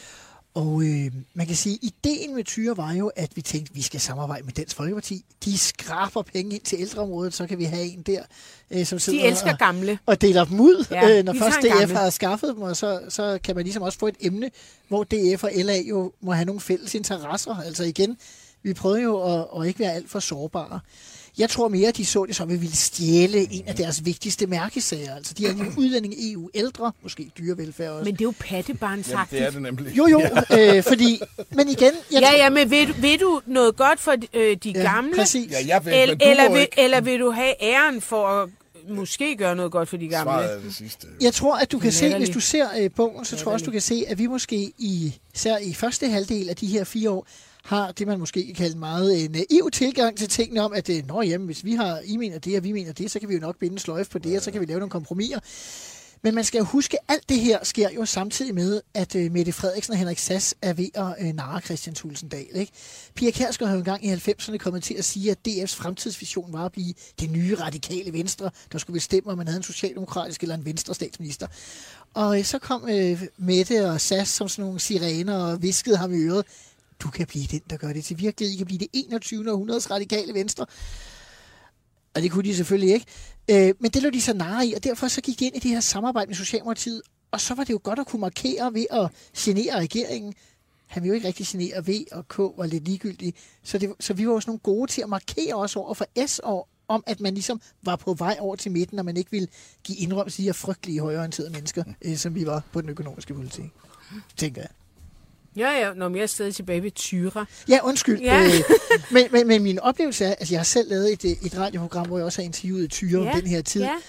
Og øh, man kan sige, at ideen med Tyre var jo, at vi tænkte, at vi skal samarbejde med Dansk Folkeparti. De skraber penge ind til ældreområdet, så kan vi have en der, øh, som sidder De elsker og, gamle. og deler dem ud, Ja, ja, øh, når de først tager en D F gammel. har skaffet dem, og så, så kan man ligesom også få et emne, hvor D F og L A jo må have nogle fælles interesser. Altså igen, vi prøvede jo at, at ikke være alt for sårbare. Jeg tror mere, at de så det som, at vi ville stjæle en af deres vigtigste mærkesager. Altså de er en udlænding E U, ældre, måske dyrevelfærd også. Men det er jo pattebarnsagtigt. Jamen, det er det nemlig. Jo, jo, øh, fordi, men igen... Jeg Ja, tror- ja, men vil, vil du noget godt for øh, de ja, gamle? Præcis. Ja, jeg vil, El, men du eller, må vil, ikke. eller vil du have æren for at måske gøre noget godt for de gamle? Svaret er det sidste. Jeg tror, at du kan se, Latterlig. hvis du ser øh, bogen, så tror jeg også, du kan se, at vi måske i, især i første halvdel af de her fire år, har det, man måske kan kalde en meget øh, naiv tilgang til tingene om, at øh, nå, jamen, hvis vi har, I mener det, og vi mener det, så kan vi jo nok binde en sløjfe på det, og så kan vi lave nogle kompromiser. Men man skal jo huske, at alt det her sker jo samtidig med, at øh, Mette Frederiksen og Henrik Sass er ved at øh, narre Christian Thulesen Dahl. Ikke? Pia Kjærsgaard har jo engang i halvfemserne kommet til at sige, at D F's fremtidsvision var at blive det nye radikale venstre, der skulle bestemme, om man havde en socialdemokratisk eller en venstre statsminister. Og øh, så kom øh, Mette og Sass som sådan nogle sirener og viskede ham i øret, du kan blive den, der gør det til virkelighed. I kan blive det enogtyvende århundredes radikale venstre. Og det kunne de selvfølgelig ikke. Øh, men det lå de så narre i, og derfor så gik de ind i det her samarbejde med Socialdemokratiet, og så var det jo godt at kunne markere ved at genere regeringen. Han ville jo ikke rigtig genere. V og K var lidt ligegyldige. Så, det, så vi var også nogle gode til at markere os over for S og om, at man ligesom var på vej over til midten, og man ikke ville give indrømme til de her frygtelige højreorienterede mennesker, øh, som vi var på den økonomiske politik. Tænker jeg. Ja, ja, når jeg er stadig tilbage ved Thyra. Ja, undskyld. Ja. Øh, men, men, men min oplevelse er, at jeg har selv lavet et, et radioprogram, hvor jeg også har interviewet Thyra ja. om den her tid, Ja.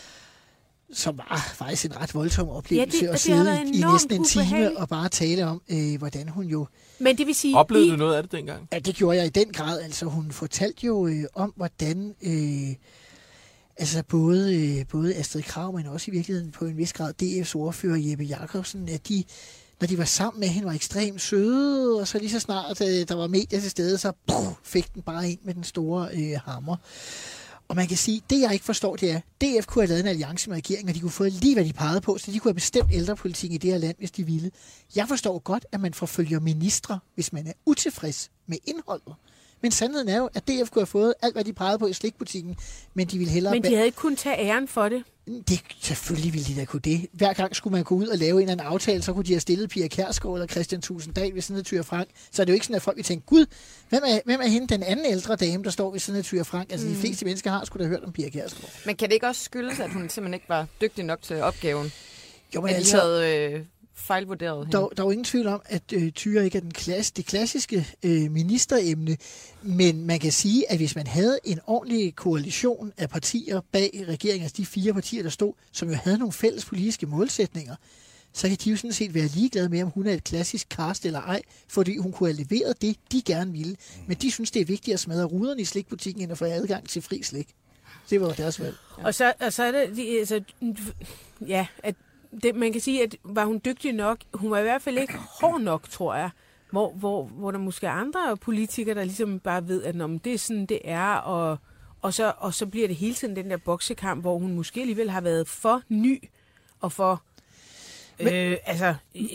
som var faktisk en ret voldsom oplevelse Ja, det- at det har sidde været i, i enormt næsten en time ubehageligt. og bare tale om, øh, hvordan hun jo... Men det vil sige... Oplevede I, du noget af det dengang? Ja, det gjorde jeg i den grad. Altså, hun fortalte jo øh, om, hvordan... Øh, altså, både, øh, både Astrid Krag, men også i virkeligheden på en vis grad D F's ordfører Jeppe Jacobsen, at de, når de var sammen med hende, var ekstremt søde, og så lige så snart øh, der var medier til stede, så puh, fik den bare ind med den store øh, hammer. Og man kan sige, det jeg ikke forstår, det er, D F kunne have lavet en alliance med regeringen, og de kunne få lige, hvad de pegede på, så de kunne have bestemt ældrepolitikken i det her land, hvis de ville. Jeg forstår godt, at man forfølger ministre, hvis man er utilfreds med indholdet. Men sandheden er jo, at D F kunne have fået alt, hvad de pegede på i slikbutikken, men de ville hellere... men de havde ikke kunnet tage æren for det. Det, selvfølgelig ville de da kunne det. Hver gang skulle man gå ud og lave en eller anden aftale, så kunne de have stillet Pia Kjærsgaard eller Christian Tulsendal ved siden af Thyra Frank. Så er det jo ikke sådan, at folk vil tænke, gud, hvem er, hvem er hende, den anden ældre dame, der står ved siden af Thyra Frank? Altså, mm. de fleste mennesker har sgu da hørt om Pia Kjærsgaard. Men kan det ikke også skyldes, at hun simpelthen ikke var dygtig nok til opgaven? Jo, men At de altså, havde øh, fejlvurderet hende? der, der er jo ingen tvivl om, at øh, Thyra ikke er den klasse, det klassiske øh, ministeremne, men man kan sige, at hvis man havde en ordentlig koalition af partier bag regeringen, altså de fire partier, der stod, som jo havde nogle fælles politiske målsætninger, så kan de jo sådan set være ligeglade med, om hun er et klassisk cast eller ej, fordi hun kunne have leveret det, de gerne ville. Men de synes, det er vigtigt at smadre ruderne i slikbutikken, end at få adgang til fri slik. Det var deres valg. Ja. Og, så, og så er det... de- Altså, ja, at det, man kan sige, at var hun dygtig nok? Hun var i hvert fald ikke hård nok, tror jeg. Hvor, hvor, hvor der måske er andre politikere, der ligesom bare ved, at nå, men det er sådan, det er, og, og, så, og så bliver det hele tiden den der boksekamp, hvor hun måske alligevel har været for ny og for... Men, øh, altså,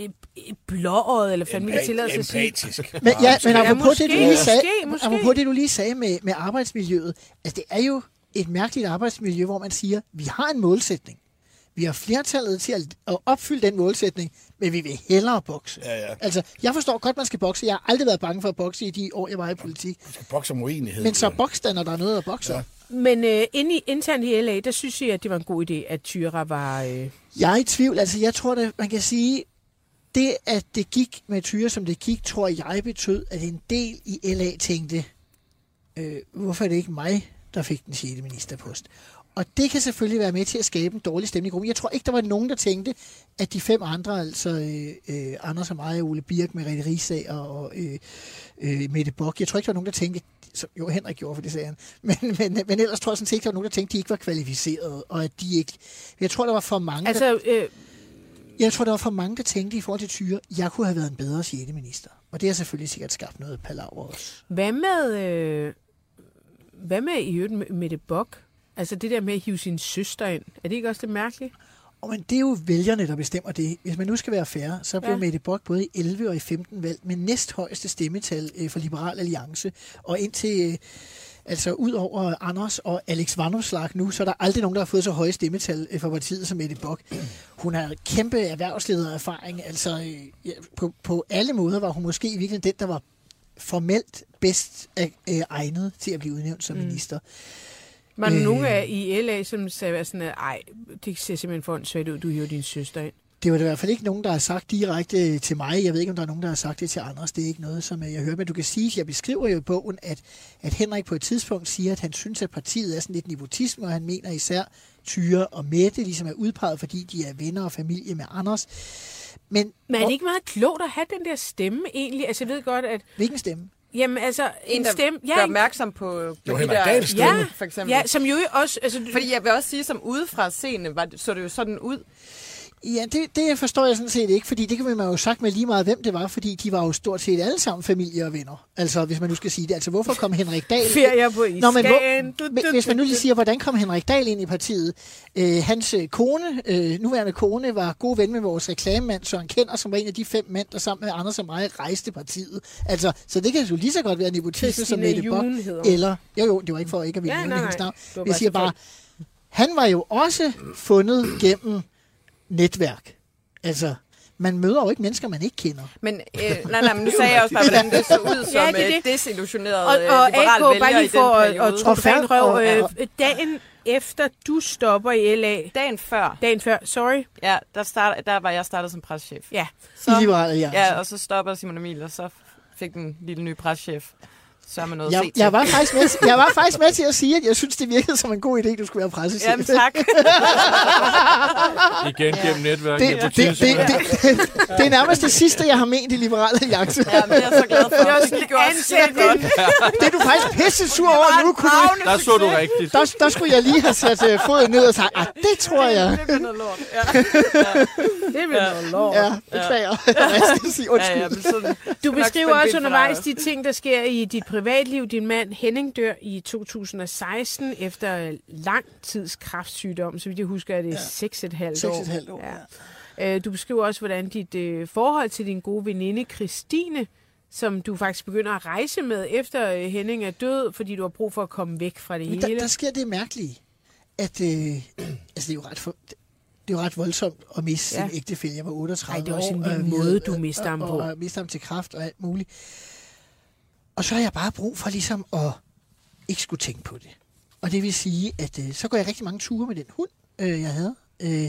blåøjet, eller fandme ikke tillade sig at sige. Empatisk. Men, ja, men Ja, apropos, måske, det, du lige sagde, måske, måske. apropos det, du lige sagde med, med arbejdsmiljøet, altså det er jo et mærkeligt arbejdsmiljø, hvor man siger, vi har en målsætning. Vi har flertallet til at, at opfylde den målsætning, men vi vil hellere bokse. Ja, ja. Altså, jeg forstår godt, man skal bokse. Jeg har aldrig været bange for at bokse i de år, jeg var i politik. Du skal bokse om uenighed. Men så boks der, når der er noget at bokse. Ja. Ja. Men øh, inde i, internt i L A, der synes jeg, at det var en god idé, at Thyra var... Øh... Jeg er i tvivl. Altså, jeg tror, at man kan sige, det, at det gik med Thyra, som det gik, tror jeg betød, at en del i L A tænkte, øh, hvorfor er det ikke mig, der fik den sjette ministerpost? Og det kan selvfølgelig være med til at skabe en dårlig stemning i gruppen. Jeg tror ikke, der var nogen, der tænkte, at de fem andre, altså øh, øh, Anders og mig, Ole Birk, Merete Riisager og øh, øh, Mette Bock, jeg tror ikke, der var nogen, der tænkte, som, jo, Henrik gjorde, for det sagde han, men, men, men ellers tror jeg sådan set ikke, der var nogen, der tænkte, at de ikke var kvalificerede, og at de ikke... Jeg tror, der var for mange, Altså, der, øh, jeg tror, der var for mange, der tænkte i forhold til Thyra, jeg kunne have været en bedre sjette minister. Og det har selvfølgelig sikkert skabt noget palaver også. hvad med... Øh, hvad med i øvrigt med Mette Bock? Altså det der med at hive sin søster ind. Er det ikke også det mærkeligt? Og men det er jo vælgerne, der bestemmer det. Hvis man nu skal være fair, så blev Ja. Mette Bock både i elleve og i femten valgt med næsthøjeste stemmetal øh, for Liberal Alliance. Og indtil, øh, altså ud over Anders og Alex Vanopslagh nu, så er der aldrig nogen, der har fået så høje stemmetal øh, for partiet som Mette Bock. Hun har kæmpe erhvervsledererfaring. Altså øh, ja, på, på alle måder var hun måske i virkeligheden den, der var formelt bedst øh, egnet til at blive udnævnt som mm. minister. Var der Øh. nogen af i L A, som sagde sådan, at ej, det ser simpelthen for en svært ud, du hiver din søster ind? Det var det i hvert fald ikke nogen, der har sagt direkte til mig. Jeg ved ikke, om der er nogen, der har sagt det til Anders. Det er ikke noget, som jeg hører. Men du kan sige, at jeg beskriver jo i bogen, at, at Henrik på et tidspunkt siger, at han synes, at partiet er sådan lidt nepotisme, og han mener især Thyra og Mette, ligesom er udpeget, fordi de er venner og familie med Anders. Men, Men er det ikke meget klogt at have den der stemme egentlig? Altså jeg ved godt, at... Hvilken stemme? Jamen altså, en, En, der stemme... gør opmærksom på, på Jo, de Henrik der... Dahls stemme. Ja, for eksempel. ja, som jo også... Altså, Fordi jeg vil også sige, som udefra scene, var det, så det jo sådan ud. Ja, det, det forstår jeg sådan set ikke, fordi det kan man jo have sagt med lige meget, hvem det var, fordi de var jo stort set alle sammen familie og venner. Altså, hvis man nu skal sige det. Altså, hvorfor kom Henrik Dahl... Ferier på Nå, men Iskagen. hvor, hvis man nu lige siger, hvordan kom Henrik Dahl ind i partiet? Øh, hans kone, øh, nuværende kone, var god ven med vores reklamemand Søren Kender, som var en af de fem mænd, der sammen med Anders og mig rejste partiet. Altså, så det kan jo lige så godt være nepotisme som Mette Bock. Eller... Jo, jo, det var ikke for ikke at ville Ja, nævne nej, hendes navn. nej. Jeg siger bare, han var jo også fundet gennem netværk. Altså, man møder jo ikke mennesker, man ikke kender. Men, øh, nej, nej, men nu sagde jeg også bare, hvordan det så ud som Ja, ja, det er det. desillusioneret Og, og liberal A K, vælger bare i lige den for at, periode. at tro fan røv, Og- øh, og- dagen efter du stopper i L A, Dagen før, dagen før, sorry, ja, der, start, der var jeg startet som preschef. ja, I Liberal Alliance. Ja, og så stopper Simon Emil, og så fik den lille nye preschef. Så er man noget at Jeg, se til. jeg, var faktisk med, jeg var faktisk med til at sige, at jeg synes, det virkede som en god idé, du skulle være pressechef. Jamen tak. Igen gennem netværk. Det, det, det, det, det, det er nærmest det sidste, jeg har ment i Liberal Alliance. Ja, men jeg er så glad for. Jeg Det skal gjorde ansætte skide godt. Det er du faktisk pisse sur over nu. Kunne du, Der så du rigtigt. der, der skulle jeg lige have sat uh, foden ned og sagt, ah, det tror jeg. Det bliver noget lort. Ja, det vil noget lov. Ja, beklager. Jeg skal sige ja, undskyld. ja, men sådan, Du nok beskriver spænde også ben for undervejs dig. de ting, der sker i dit privatliv. Din mand Henning dør i to tusind og seksten efter lang tids kræftsygdom. Så vidt jeg husker, er det seks og et halvt år. Seks og et halvt år, Ja. Øh, Du beskriver også, hvordan dit øh, forhold til din gode veninde Christine, som du faktisk begynder at rejse med efter øh, Henning er død, fordi du har brug for at komme væk fra det Men hele. der, der sker det mærkelige, at øh, altså, det er jo ret for, det er jo ret voldsomt at miste Ja. ja. sin ægtefælle. Jeg var otteogtredive Ej, det er også en år, vild og vi måde, havde- du mister ham og, på. Og, og miste ham til kræft og alt muligt. Og så har jeg bare brug for ligesom at ikke skulle tænke på det. Og det vil sige, at øh, så går jeg rigtig mange ture med den hund, øh, jeg havde. Øh,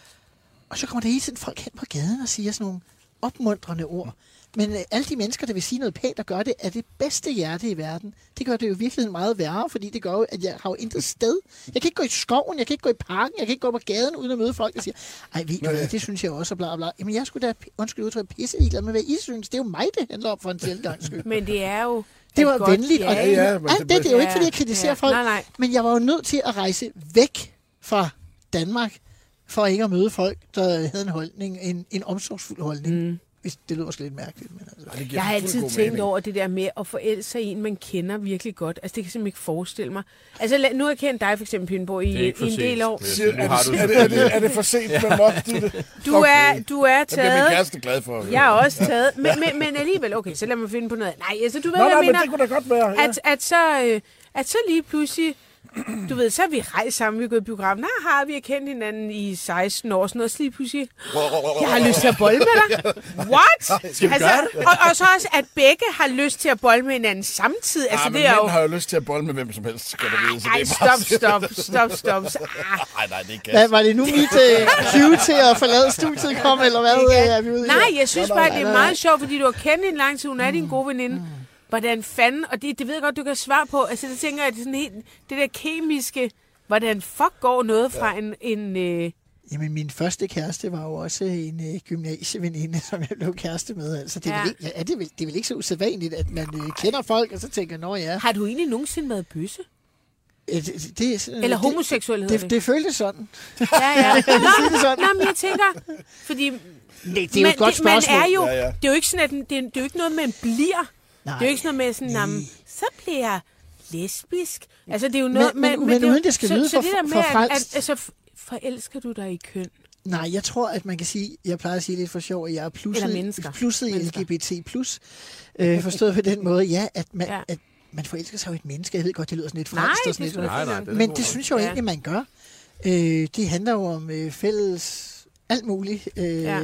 og så kommer der hele tiden folk hen på gaden og siger sådan nogle opmuntrende ord. Men øh, alle de mennesker, der vil sige noget pænt og gøre det, er det bedste hjerte i verden. Det gør det jo virkelig meget værre, fordi det gør jo, at jeg har jo intet sted. Jeg kan ikke gå i skoven, jeg kan ikke gå i parken, jeg kan ikke gå på gaden uden at møde folk, der siger, ej, ved du hvad, det synes jeg også, og bla bla. Jamen, jeg skulle da, undskyld udtryk, pisse ligeglad med, hvad I synes. Det er jo mig, det handler om for en selvgangs skyld. Men det er jo... Det var et godt- venligt, og ja, ja, alt men det, det- det, det er jo ikke, ja, fordi jeg kritiserer ja. folk, Nej, nej. men jeg var jo nødt til at rejse væk fra Danmark, for ikke at møde folk, der havde en holdning, en, en omsorgsfuld holdning. Mm. Hvis det lyder også lidt mærkeligt. Men altså. Det giver Jeg har fuld altid god tænkt mening. over det der med at forelske sig i en, man kender virkelig godt. Altså, det kan jeg simpelthen ikke forestille mig. Altså, la- nu har jeg kendt dig for eksempel, Pindborg, i, Det er ikke for i en del sent. år. vil jeg Siger- sige. Nu Er har det, du er, det, er, det, er det for sent med mig? Det, Du er, du er det bliver min taget... kæreste glad for. Jeg er også taget... Men, men, men alligevel, okay, så lad mig finde på noget. Nej, altså, du ved, Nå, hvad nej, jeg men mener. det kunne da godt være. Ja. At, at, så, øh, at så lige pludselig... Du ved, så har vi rejst sammen, vi er gået i biografen. Nej, har vi har kendt hinanden i seksten år, sådan noget. Så lige pludselig, jeg har lyst til at bolde med dig. What? Skal vi altså, gøre det? og, og så også, at begge har lyst til at bolde med hinanden samtidig. Altså, Ah, men det er mænd jo... har jo lyst til at bolle med hvem som helst, skal du vide. Så Ej, det er bare... stop, stop, stop, stop. Ah. Nej, nej, det er gas. Hvad, var det nu mit øh, cue til at forlade studiet kom, eller hvad? Ikke? Er vi ude i Nej, her? jeg synes Nå, bare, nej, det er nej, meget sjovt, fordi du har kendt en lang tid. Hun er din gode veninde. Hvordan fanden, og det, det ved jeg godt, du kan svare på. Altså, det tænker jeg, det er sådan helt, det der kemiske, hvordan fuck går noget fra en, en øh, Jamen, min første kæreste var jo også en øh, gymnasieveninde, som jeg blev kæreste med. Altså, det er, Ja. ja. vel ikke, ja, er det, vel, det er vel ikke så usædvanligt, at man øh, kender folk, og så tænker, nå ja. har du egentlig nogensinde været bøsse? Øh, det, det, det, Eller homoseksuel hedder det, det, det føltes sådan. Ja, ja. Nå, det sådan. nå, men jeg tænker, fordi Det, det er jo et godt det, man spørgsmål. er jo, Ja, ja. det er jo ikke sådan, at den- det er, det er jo ikke noget, man bliver. Nej. Det er jo ikke sådan noget med sådan, jamen, så bliver jeg lesbisk. Altså, det er jo Men- noget... men- men det er jo- uden det skal så, lyde så for- det der med, for at, at, frelst. altså, f- forelsker du dig i køn? Nej, jeg tror, at man kan sige, jeg plejer at sige lidt for sjov, at jeg er Eller plusset, mennesker. plusset i Mennesker. L G B T plus. Øh, forstået på den måde, ja, at man, Ja. ja. at man forelsker sig jo i et menneske. Jeg ved godt, det lyder sådan lidt Nej, frelst og det sådan er sgu lidt. da Nej, nej, fint det er Men god det nok. synes jeg jo Ja. egentlig, man gør. Øh, det handler jo om øh, fælles alt muligt. Øh, Ja. ja.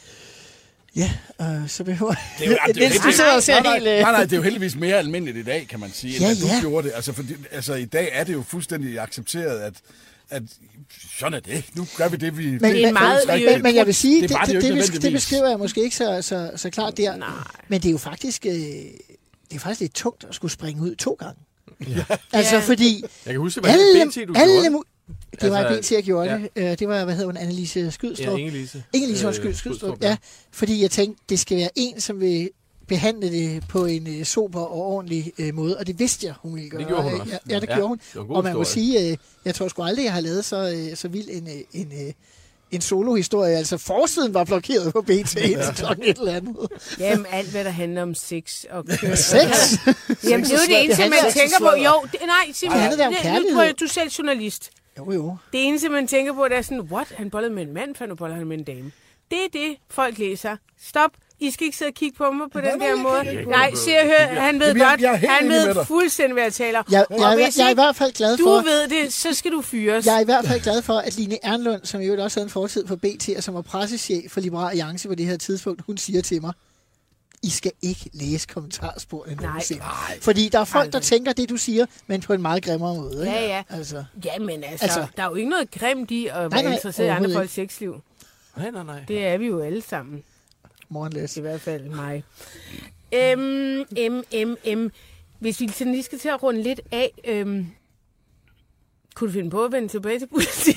Ja, og så behøver Det er jo, det er jo Niels, du sidder og ser nej, nej, helt, øh, nej, nej, det er jo heldigvis mere almindeligt i dag, kan man sige, end Ja, at du ja. gjorde det. Altså, fordi, altså, i dag er det jo fuldstændig accepteret, at, at sådan er det. Nu gør vi det, vi... Men, Det er men, meget- men, det er jo- men, men jeg vil sige, det det, var det det, jo det, ikke det, det nødvendigvis. beskriver jeg måske ikke så, så, så klart der. Nej. Men det er jo faktisk, øh, det er faktisk lidt tungt at skulle springe ud to gange. Ja. Altså, Ja. fordi Jeg kan huske, hvad alle, det B T, du alle gjorde. mu- det var Altså, B T, jeg gjorde det. Øh, Det var, hvad hedder hun, Annelise Skydstrup. Ja, Inge-Lise. Inge-Lise, Øh, undskyld, Skydstrup. Skydstrup, Ja, fordi jeg tænkte, det skal være en, som vil behandle det på en øh, sober og ordentlig øh, måde, og det vidste jeg, hun ville gøre. Det gjorde hun Øh, også. Ja, ja det Ja, gjorde hun. det var en god Og man må historie. sige, øh, jeg tror sgu aldrig, jeg har lavet så, øh, så vild en, øh, en, øh, en solohistorie. Altså, forsiden var blokeret på B T indtil klokken et eller andet. Jamen, alt hvad der handler om sex og køn. Sex? Jamen, det er jo det eneste, man tænker på. Jo, det, nej, Simon, handler det om nu kærlighed? tror jeg, du er selv journalist. Jo, jo. Det eneste, man tænker på, det er sådan, what? Han bollede med en mand, for nu bollede han med en dame. Det er det, folk læser. Stop. I skal ikke sidde og kigge på mig på den der måde. Nej, se og hør, han ved Jamen, jeg- godt. jeg er helt Han enig med ved dig. fuldstændig, hvad jeg taler. Jeg, Og jeg, jeg, hvis jeg er i ikke hvert fald glad du for... ved det, så skal du fyres. Jeg er i hvert fald glad for, at Line Ernlund, som jo også havde en fortid på B T, og som var pressechef for Liberal Alliance på det her tidspunkt, hun siger til mig, I skal ikke læse kommentarsporene nogensinde. Fordi der er folk, der tænker det, du siger, men på en meget grimmere måde. Ikke? Ja, ja. Altså, Jamen altså, Altså- altså, der er jo ikke noget grimt i at være nej, interesseret i andre overhovedet folks sexliv. Nej, nej, nej. Det er vi jo alle sammen. morgenlæs. I hvert fald mig. Øhm, em, em, em. Hvis vi sådan lige skal til at runde lidt af, øhm, kunne du finde på at vende tilbage til politik?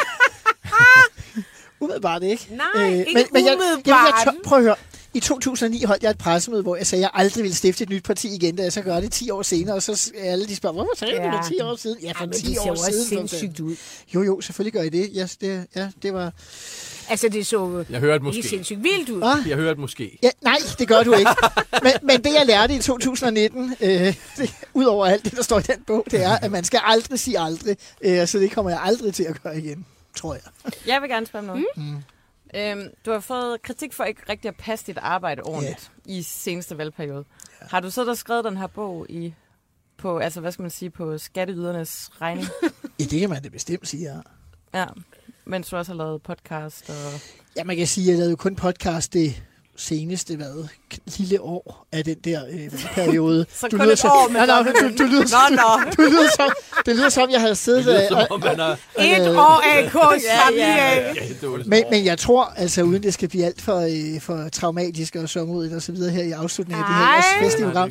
Umiddelbart ikke. Nej, ikke men, men jeg, umiddelbart. Jeg, jeg, jeg, prøv at høre. I to tusind og ni holdt jeg et pressemøde, hvor jeg sagde, at jeg aldrig ville stifte et nyt parti igen, da jeg så gør det ti år senere, og så alle de spørger, hvorfor sagde du Ja. det ti år siden? Ja, for Ja, men ti det ser år jo også siden. sindssygt ud. Jo, jo, selvfølgelig gør I det. Yes, det, ja, det var... Altså, det så Jeg hørte ikke måske. sindssygt vildt ud. Hva? Jeg hørte måske. Ja, nej, det gør du ikke. Men, men det, jeg lærte i to tusind og nitten, øh, det, ud over alt det, der står i den bog, det er, at man skal aldrig sige aldrig. Øh, så det kommer jeg aldrig til at gøre igen, tror jeg. Jeg vil gerne spørge om noget. Mm. Øhm, du har fået kritik for ikke rigtig at passe dit arbejde ordentligt yeah. i seneste valgperiode. Yeah. Har du så der skrevet den her bog i på, altså hvad skal man sige, på skatteydernes regning? Ja, det kan man da bestemt sige, ja. Ja, mens du også har lavet podcast og... Ja, man kan sige, at jeg lavede jo kun podcast det seneste, hvad, lille år af den der øh, periode. Så du kun et år med nej, nej, du, du, lyder, Nå, nå. du lyder som, det lyder som, jeg havde siddet... Det lyder øh, som og- om, man er... Et år A K's familie. ja, Ja, det var det. Men, men jeg tror, altså uden det skal blive alt for, øh, for traumatisk og sørgmodigt og så videre her i afslutningen af det her Ej. jeres festlige program.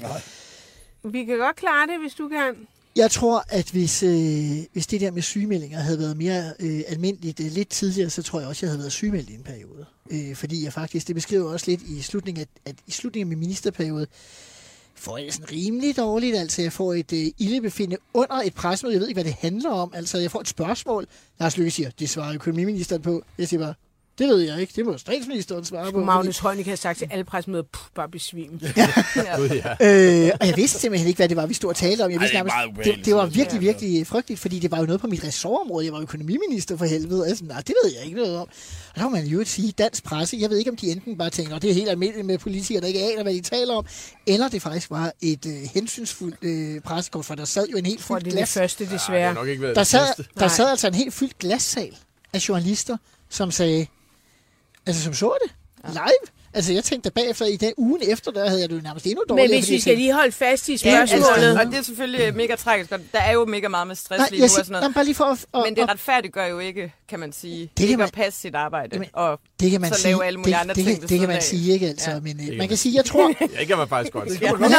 Vi kan godt klare det, hvis du kan. Jeg tror, at hvis, øh, hvis det der med sygemeldinger havde været mere øh, almindeligt øh, lidt tidligere, så tror jeg også, at jeg havde været sygemeldt i en periode. Øh, fordi jeg faktisk, det beskriver også lidt i slutningen af, at i slutningen af min ministerperiode, får jeg det sådan rimelig dårligt. Altså, jeg får et øh, ildebefindende under et pressemøde. Jeg ved ikke, hvad det handler om. Altså, jeg får et spørgsmål. Lars Løkke siger, det svarer økonomiministeren på. Jeg siger bare, det ved jeg ikke. Det må statsministeren svare på. Magnus Heunicke har sagt til alle pressemøder, puh, bare besvime. Gud, ja. Øh, og jeg vidste simpelthen ikke, hvad det var, vi stod og talte om. Jeg vidste Ej, det er nærmest, meget det, ubehageligt. det var virkelig, virkelig frygteligt, fordi det var jo noget på mit ressortområde. Jeg var økonomiminister for helvede. Og jeg sådan, nej, det ved jeg ikke noget om. Og der må man jo sige, dansk presse, jeg ved ikke, om de enten bare tænker, det er helt almindeligt med politikere, der ikke aner, hvad de taler om, eller det faktisk var et øh, hensynsfuldt øh, pressekort, for der sad jo en helt For fyldt det er det glas. første, Ja, det desværre. har nok ikke været Der det sad, sidste. der Nej. sad altså en helt fyldt glassal af journalister, som sagde, altså som så det, live. Altså jeg tænkte bagefter, i den ugen efter, der havde jeg det jo nærmest endnu dårligere. Men hvis fordi vi jeg skal tænkte, lige holde fast i Ja, spørgsmålet. altså, og det er selvfølgelig mega tragisk, og der er jo mega meget med stress nej, lige jeg nu og siger, sådan noget. nej, bare lige for at, og, Men det retfærdiggør jo ikke, kan man sige, kan det ikke man- at passe sit arbejde. Jamen, og det kan man så sige, lave alle mulige det, andre det, ting det, ved det kan siden man af. sige, ikke altså, Ja. men øh, kan man man kan sige, jeg tror... Ja, det kan man faktisk godt. Nej, Ja. men det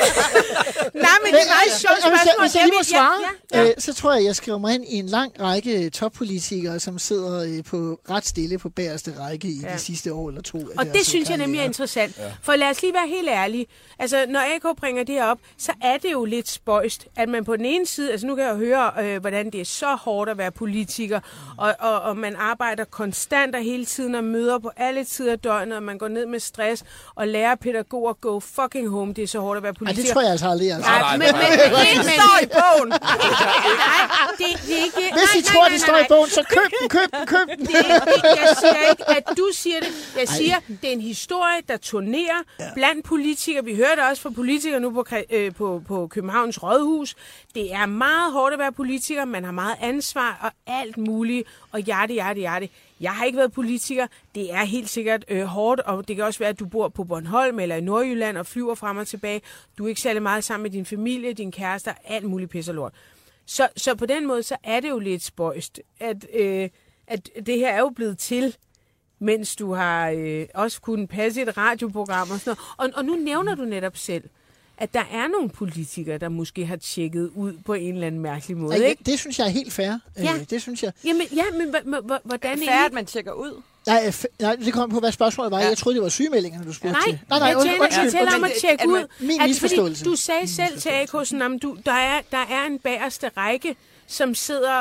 er meget sjovt Og hvis jeg, spørgsmål. hvis jeg lige må Ja, svare, ja, ja. Øh, så tror jeg, jeg skriver mig ind i en lang række toppolitikere, som sidder øh, på ret stille på bagerste række i Ja. de sidste år eller to. af Og deres det synes jeg nemlig er karriere. interessant. Ja. For lad os lige være helt ærlige. Altså, når A K bringer det her op, så er det jo lidt spøjst, at man på den ene side, altså nu kan jeg jo høre, øh, hvordan det er så hårdt at være politiker, og, og, og man arbejder konstant og hele tiden og møder på alle tider af døgnet, og man går ned med stress, og lærer pædagoger go fucking home. Det er så hårdt at være Ej, politiker. det tror jeg altså aldrig, altså. Nej, Nej, men, nej, men, nej. men, men, Det står i bogen! Nej, det, det er ikke... Hvis nej, I tror, nej, det nej, står i nej. bogen, så køb den, køb den, køb den. Det, det, jeg siger ikke, at du siger det. Jeg siger, det er en historie, der turnerer ja. blandt politikere. Vi hører det også fra politikere nu på, øh, på, på Københavns Rådhus. Det er meget hårdt at være politiker. Man har meget ansvar og alt muligt. Og hjerte, hjerte, hjerte. Jeg har ikke været politiker. Det er helt sikkert øh, hårdt, og det kan også være, at du bor på Bornholm eller i Nordjylland og flyver frem og tilbage. Du er ikke særlig meget sammen med din familie, din kæreste og alt muligt pis og lort. Så, så på den måde, så er det jo lidt spøjst, at, øh, at det her er jo blevet til, mens du har øh, også kunnet passe et radioprogram og sådan noget. Og, og nu nævner du netop selv, at der er nogle politikere, der måske har tjekket ud på en eller anden mærkelig måde, Ej, ikke? det synes jeg er helt fair. Ja. Øh, det synes jeg. Jamen, ja, men h- h- h- hvordan Færre, at egentlig? man tjekker ud. Nej, f- nej, det kom på, hvad spørgsmålet var. Ja. Jeg troede, det var sygemeldingerne, du spurgte Nej, til. Nej, nej, jeg und- taler, undskyld. jeg taler om Men at det- tjekke at man- ud. Min at, misforståelse. Fordi du sagde selv til A K, sådan, om du, der, er, der er en bagerste række, som sidder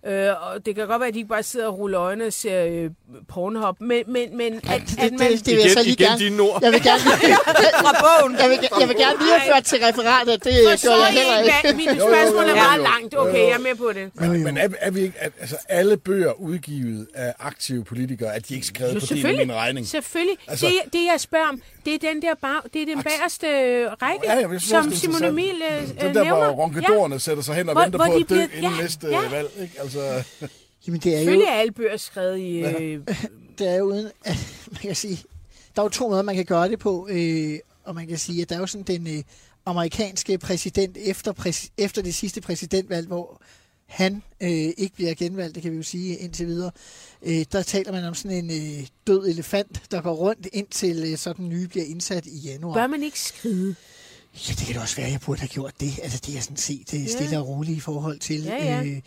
Øh, og det kan godt være, at de ikke bare sidder og ruller øjnene og ser øh, Pornhub, men, men, men at, det, at det, man... det, det vil jeg så lige igen gerne... dine ord. Jeg vil gerne... Fra bogen. Jeg vil, jeg vil gerne lige have ført til referatet. Det gør jeg heller ikke. Mine spørgsmål er meget langt. Okay, jeg er med på det. Men, men er, er vi ikke... Er, altså, alle bøger udgivet af aktive politikere, at de ikke skrevet Jo, på din og min regning? Selvfølgelig. Altså- Det, det, jeg spørger om, det er den der bar, det er den bagerste række, Ja, jeg synes, som det er Simon interessant. Emil øh, Den der, nævner. hvor ronkedorerne sætter sig hen og Hvor- venter hvor på de at dø bliver- inden ja, næste ja. valg. Ikke? Altså, Jamen, det er jo... Selvfølgelig er alle bøger skrevet i... Øh, Det er jo uden... At, man kan sige... Der er jo to måder, man kan gøre det på. Øh, og man kan sige, at der er jo sådan den øh, amerikanske præsident efter, præs, efter det sidste præsidentvalg, hvor han øh, ikke bliver genvalgt, det kan vi jo sige indtil videre. Øh, der taler man om sådan en øh, død elefant, der går rundt indtil øh, så den nye bliver indsat i januar. bør man ikke skride? Ja, det kan da også være, at jeg burde have gjort det. Altså, det er sådan set det stille Ja. og roligt i forhold til... Ja, ja. Øh,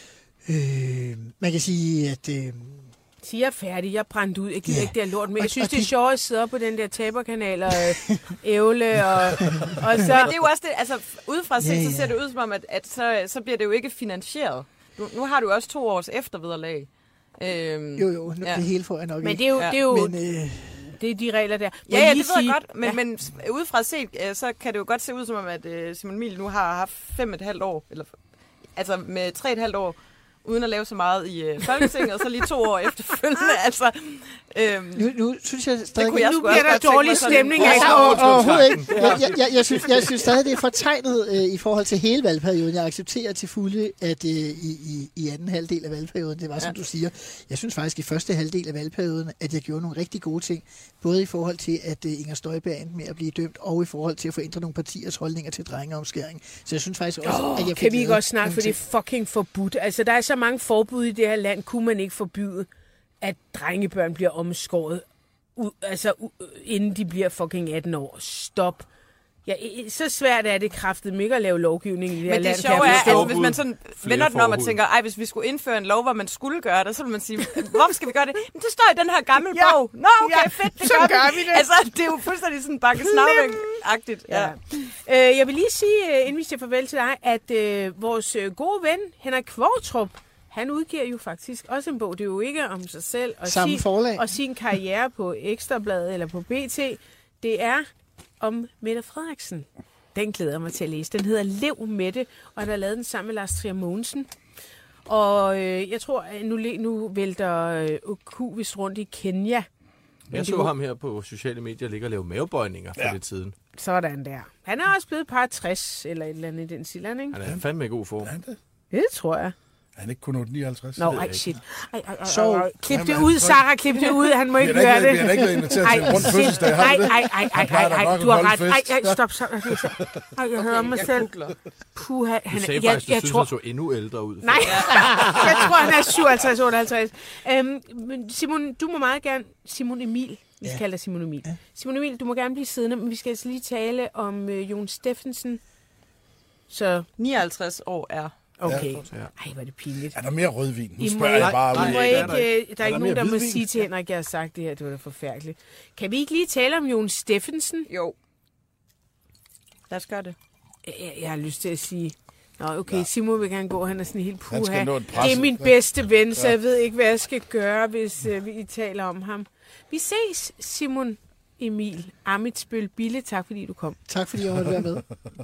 øh, man kan sige, at... Øh, Så jeg er færdig, jeg er brændt ud, jeg gider Ja. ikke det her lort, men Og- jeg synes, og det er de- sjovt at sidde op på den der taberkanal og øh, ævle, og, og så... Men det er jo også det, altså udefra set, Ja, så ja. ser det ud som om, at, at så, så bliver det jo ikke finansieret. Nu, nu har du jo også to års eftervederlag. Øhm, jo, jo, Ja. det hele får jeg nok Men ikke. det er jo, Ja. det er jo Men, øh, det er de regler der. Må Ja, jeg ja, lige det ved jeg sige- godt, men, Ja. men udefra set, øh, så kan det jo godt se ud som om, at øh, Simon Emil nu har haft fem og et halvt år, eller altså med tre og et halvt år, uden at lave så meget i øh, Folketinget, og så lige to år efterfølgende. Altså, øhm, nu, nu synes jeg stadig... kunne jeg Nu sgu bliver også der godt tænke dårlig mig sådan- stemning Ja, af. altså, over, overhovedet ikke. Jeg, jeg, jeg, jeg, synes, jeg synes stadig, det er fortegnet øh, i forhold til hele valgperioden. Jeg accepterer til fulde, at øh, i, i, i anden halvdel af valgperioden, det var som Ja. du siger, jeg synes faktisk i første halvdel af valgperioden, at jeg gjorde nogle rigtig gode ting. Både i forhold til, at øh, Inger Støjberg endte med at blive dømt, og i forhold til at få ændret nogle partiers holdninger til drengeomskæring. Så jeg synes faktisk også, Oh, at jeg fik kan vi ikke lavet også snakke, nogle for det er ting. fucking forbudt. Altså, der er så mange forbud i det her land. Kunne man ikke forbyde, at drengebørn bliver omskåret, ud, altså, u, inden de bliver fucking atten år? Stop. Ja, så svært er det kraftigt ikke at lave lovgivning i det her Men land. det kan jeg sjove er, forstå. at hvis man sådan Flere vender den om og forbud. tænker, ej, hvis vi skulle indføre en lov, hvor man skulle gøre det, så vil man sige, hvorfor skal vi gøre det? Men det står i den her gamle Ja. bog. Nå, okay, Ja, fedt, det så gør, gør vi det. Altså, det er jo fuldstændig sådan bakke snavvæk-agtigt. Ja. Ja. Øh, jeg vil lige sige, øh, inden vi siger farvel til dig, at øh, vores øh, gode ven, Henrik Kvartrup, han udgiver jo faktisk også en bog. Det er jo ikke om sig selv og, Samme sin, forlag. og sin karriere på Ekstrabladet eller på B T. Det er om Mette Frederiksen. Den glæder jeg mig til at læse. Den hedder Lev Mette, og der er lavet den sammen med Lars Trier Mogensen. Og øh, jeg tror, at nu, nu vælter øh, Q vist rundt i Kenya. Jeg så ham her på sociale medier ligge og lave mavebøjninger for Ja. lidt siden. Sådan der. Han er også blevet par tres eller et eller andet i den stil, ikke? Han er fandme i god form. er han det? Det tror jeg. Er han ikke kun otte nioghalvtreds? Nå, ved jeg ej, ikke. shit. Ej, ej, ej, Så- ej, ej. Klip det Jamen, ud, så- Sarah, klip det ud. Han må Vi ikke har da gøre ikke, det. vi har da ikke været inviteret til en rund shit. fødselsdag, har Ej, vi det? ej, ej, ej, Han plejer ej, da ej, nok du har at ret. holde Ej, fest. ej, stop, stop. Ej, jeg hører mig Jeg selv. googler. Puha, Du han, sagde jeg, faktisk, du jeg synes, tror, han så endnu ældre ud. nej, jeg tror, han er syvoghalvtreds otteoghalvtreds. Øhm, men Simon, du må meget gerne... Simon Emil. Vi Ja. kalder dig Simon Emil. Ja. Simon Emil, du må gerne blive siddende, men vi skal altså lige tale om øh, Jon Steffensen. Så, nioghalvtreds år er. okay. Ja. Ej, hvor er det pinligt. Er der mere rødvin? Nu I må spørger jeg ikke- bare I ud. må Nej, ikke, der er der øh, der er ikke der nogen, der mere må hvidvin? sige til Henrik, jeg har sagt det her. Det var da forfærdeligt. Kan vi ikke lige tale om Jon Steffensen? Jo. Lad os gøre det. Jeg, jeg har lyst til at sige... Nå, okay, ja. Simon vil gerne gå. Han er sådan helt Han skal puha. nå et Det presse. er min bedste ven, så jeg ved ikke, hvad jeg skal gøre, hvis øh, vi taler om ham. Vi ses, Simon Emil Amitsbøl Bille. Tak, fordi du kom. Tak fordi jeg måtte være med.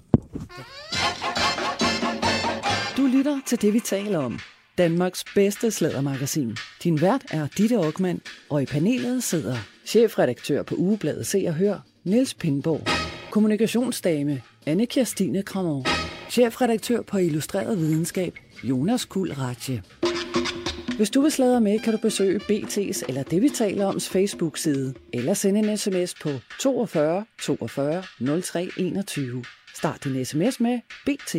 Du lytter til det, vi taler om. Danmarks bedste sladdermagasin. Din vært er Ditte Okman, og i panelet sidder chefredaktør på Ugebladet Se og Hør, Niels Pindborg. Kommunikationsdame, Anne Kirstine Kramon. Chefredaktør på Illustreret Videnskab, Jonas Kuhl Ratje. Hvis du vil sladre med, kan du besøge B T's eller det, vi taler oms Facebook-side, eller sende en sms på toogfyrre toogfyrre nul tre enogtyve. Start din sms med B T.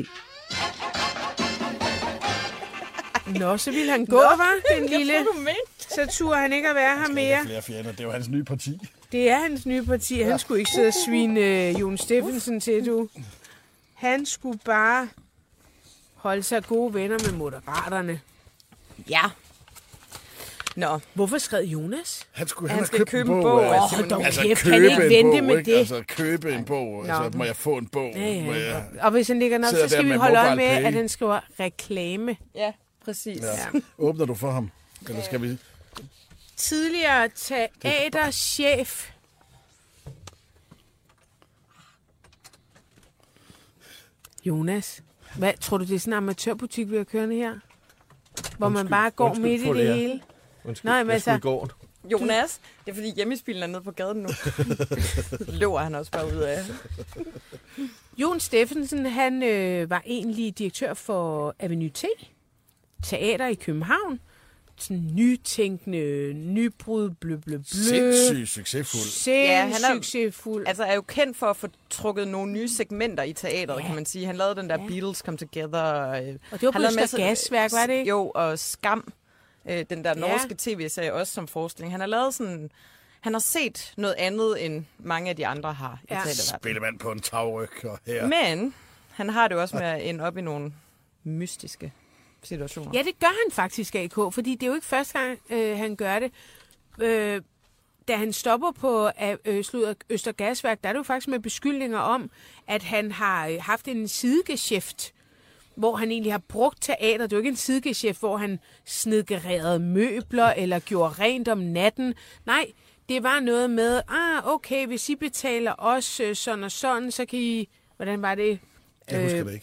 Nå, så ville han gå, var den lille. Jeg tror, du mente. Så turde han ikke at være her Der mere. er flere fjender. Det er jo hans nye parti. Det er hans nye parti. Han skulle ikke sidde og svine øh, Jon Steffensen til, du. Han skulle bare holde sig gode venner med Moderaterne. Ja. Nå. Hvorfor skrev Jonas? Han skulle Han han skal købe købe en en bog. bog. af Åh, Simon dog Emil. Altså, kæft, han købe ikke en vente bog, med ikke? det. Altså, købe en bog. Altså, må jeg få en bog? Ja, Må ja. jeg... Og hvis han ligger nok, Sidder så skal der vi med holde øje mobile med, pay. at han skriver reklame. Ja, præcis. Ja. Åbner du for ham? Eller skal vi... Tidligere teaterchef. Jonas, hvad tror du, det er sådan en amatørbutik, vi har kørende her? Hvor undskyld, man bare går midt i det her. hele? Undskyld, Nej, men altså... Jonas, det er fordi hjemmespilen er nede på gaden nu. Løber han også bare ud af. Jon Steffensen, han øh, var egentlig direktør for Avenue T, teater i København. Sådan nytænkende, nybrud, blø, blø, blø. Sindssygt succesfuld. Sindssygt ja, han er, succesfuld. Altså er jo kendt for at få trukket nogle nye segmenter i teateret, ja. kan man sige. Han lavede den der ja. Beatles Come Together. Og det var på Øster Gasværk, var det ikke? Jo, og Skam. Den der norske ja. tv-serie også som forestilling. Han har lavet sådan... Han har set noget andet, end mange af de andre har i ja. teaterverdenen. Spillemand på en tagryg og her. Men han har det også med at ende op i nogle mystiske situationer. Ja, det gør han faktisk, A K, fordi det er jo ikke første gang, øh, han gør det. Øh, da han stopper på øh, Øster Gasværk, der er det jo faktisk med beskyldninger om, at han har haft en sidegeschæft, hvor han egentlig har brugt teater. Det er jo ikke en sidegeschæft, hvor han snedgererede møbler eller gjorde rent om natten. Nej, det var noget med, ah, okay, hvis I betaler os øh, sådan og sådan, så kan I... Hvordan var det? Jeg husker det ikke.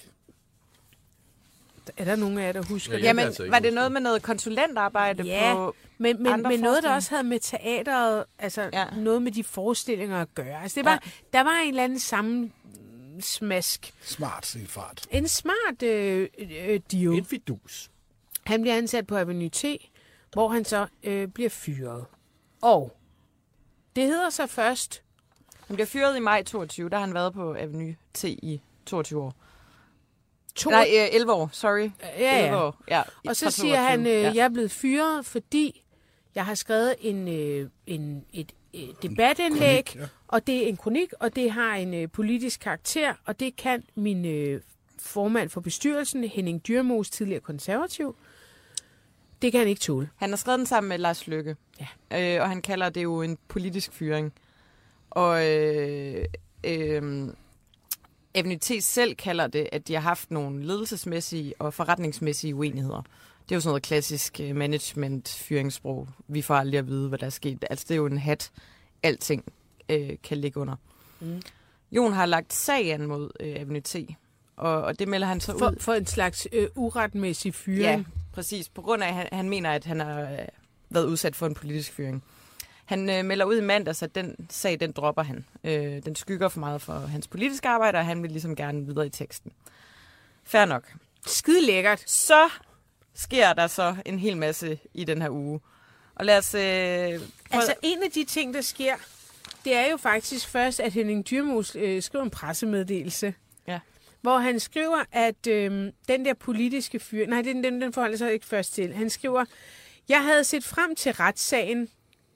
Er der nogen af jer, der husker ja, det? Jamen, altså var det noget med noget konsulentarbejde ja, på men, men, men noget, der også havde med teateret, altså ja. noget med de forestillinger at gøre. Altså, det var, ja. Der var en eller anden sammensmask. Smart i fart. En smart øh, øh, dio. En fidus. Han bliver ansat på Avenue T, hvor han så øh, bliver fyret. Og det hedder så først... Han bliver fyret i maj toogtyve, der har han været på Avenue T i toogtyve år. To... Nej, elleve år, sorry. Ja, ja. elleve år. Ja, og så siger han, øh, ja. jeg er blevet fyret, fordi jeg har skrevet en, øh, en, et, et debatindlæg, kronik, ja. og det er en kronik, og det har en øh, politisk karakter, og det kan min øh, formand for bestyrelsen, Henning Dyrmos, tidligere konservativ, det kan han ikke tåle. Han har skrevet den sammen med Lars Løkke, ja. øh, og han kalder det jo en politisk fyring. Og... Øh, øh, Avenue T selv kalder det, at de har haft nogle ledelsesmæssige og forretningsmæssige uenigheder. Det er jo sådan noget klassisk management-fyringssprog. Vi får aldrig at vide, hvad der er sket. Altså, det er jo en hat, alting øh, kan ligge under. Mm. Jon har lagt sag an mod øh, Avenue T, og, og det melder han så for, ud. For en slags øh, uretmæssig fyring? Ja, præcis. På grund af, at han, han mener, at han har øh, været udsat for en politisk fyring. Han øh, melder ud i mandags, at den sag, den dropper han. Øh, den skygger for meget for hans politiske arbejde, og han vil ligesom gerne videre i teksten. Fair nok. Skide lækkert. Så sker der så en hel masse i den her uge. Og lad os... Øh, altså, en af de ting, der sker, det er jo faktisk først, at Henning Dyrmos øh, skriver en pressemeddelelse. Ja. Hvor han skriver, at øh, den der politiske fyr... Nej, den, den, den forholder sig ikke først til. Han skriver, jeg havde set frem til retssagen.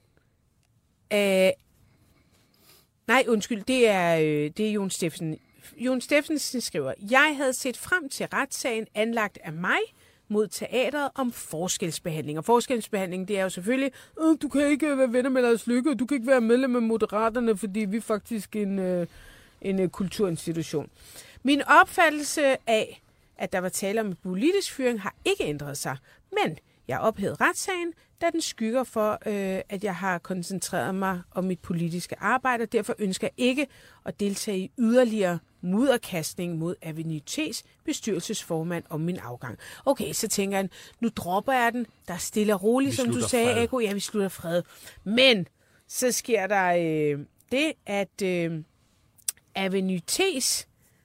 Uh, nej, undskyld, det er, øh, det er Jon Steffensen. Jon Steffensen skriver, jeg havde set frem til retssagen anlagt af mig mod teateret om forskelsbehandling. Og forskelsbehandling, det er jo selvfølgelig, øh, du kan ikke være venner med Lars Løkke, og du kan ikke være medlem af Moderaterne, fordi vi er faktisk en, øh, en øh, kulturinstitution. Min opfattelse af, at der var tale om en politisk fyring, har ikke ændret sig. Men jeg ophævede retssagen, da den skygger for, øh, at jeg har koncentreret mig om mit politiske arbejde, og derfor ønsker jeg ikke at deltage i yderligere mudderkastning mod Avenue T's bestyrelsesformand om min afgang. Okay, så tænker han, nu dropper jeg den, der er stille og roligt, som du sagde, fred. Eko. Ja, vi slutter fred. Men så sker der øh, det, at øh, Avenue T's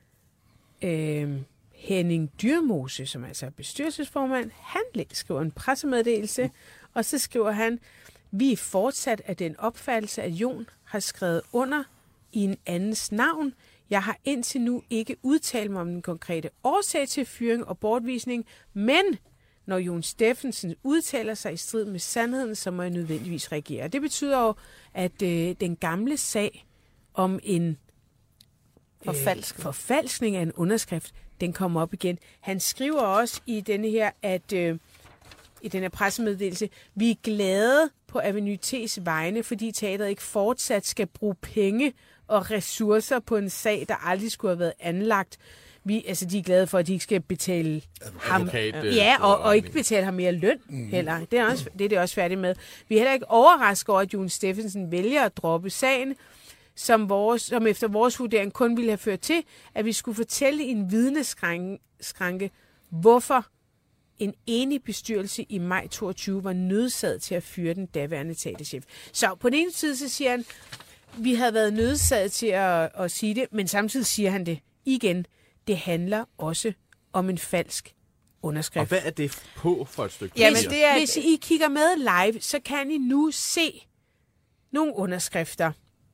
øh, Henning Dyrmose, som altså er bestyrelsesformand, han skriver en pressemeddelelse, og så skriver han, vi er fortsat af den opfattelse, at Jon har skrevet under i en andens navn. Jeg har indtil nu ikke udtalt mig om den konkrete årsag til fyring og bortvisning, men når Jon Steffensen udtaler sig i strid med sandheden, så må jeg nødvendigvis reagere. Det betyder jo, at øh, den gamle sag om en Forfalsk. øh, forfalskning af en underskrift, den kommer op igen. Han skriver også i denne her, at øh, i den her pressemeddelelse, vi er glade på Avenue T's vegne, fordi teateret ikke fortsat skal bruge penge og ressourcer på en sag, der aldrig skulle have været anlagt. Vi, altså, de er glade for, at de ikke skal betale ham, Advokat, ja, og, og ikke betale ham mere løn mm. heller. Det er, også, det er det også færdigt med. Vi er heller ikke overrasket over, at Jon Stephensen vælger at droppe sagen, som, vores, som efter vores vurdering kun ville have ført til, at vi skulle fortælle i en vidneskranke, hvorfor en enig bestyrelse i maj toogtyve var nødsaget til at fyre den daværende teaterchef. Så på den ene side, så siger han, vi havde været nødsaget til at, at sige det, men samtidig siger han det igen. Det handler også om en falsk underskrift. Og hvad er det på for et stykke? Jamen, det er, hvis I kigger med live, så kan I nu se nogle underskrifter.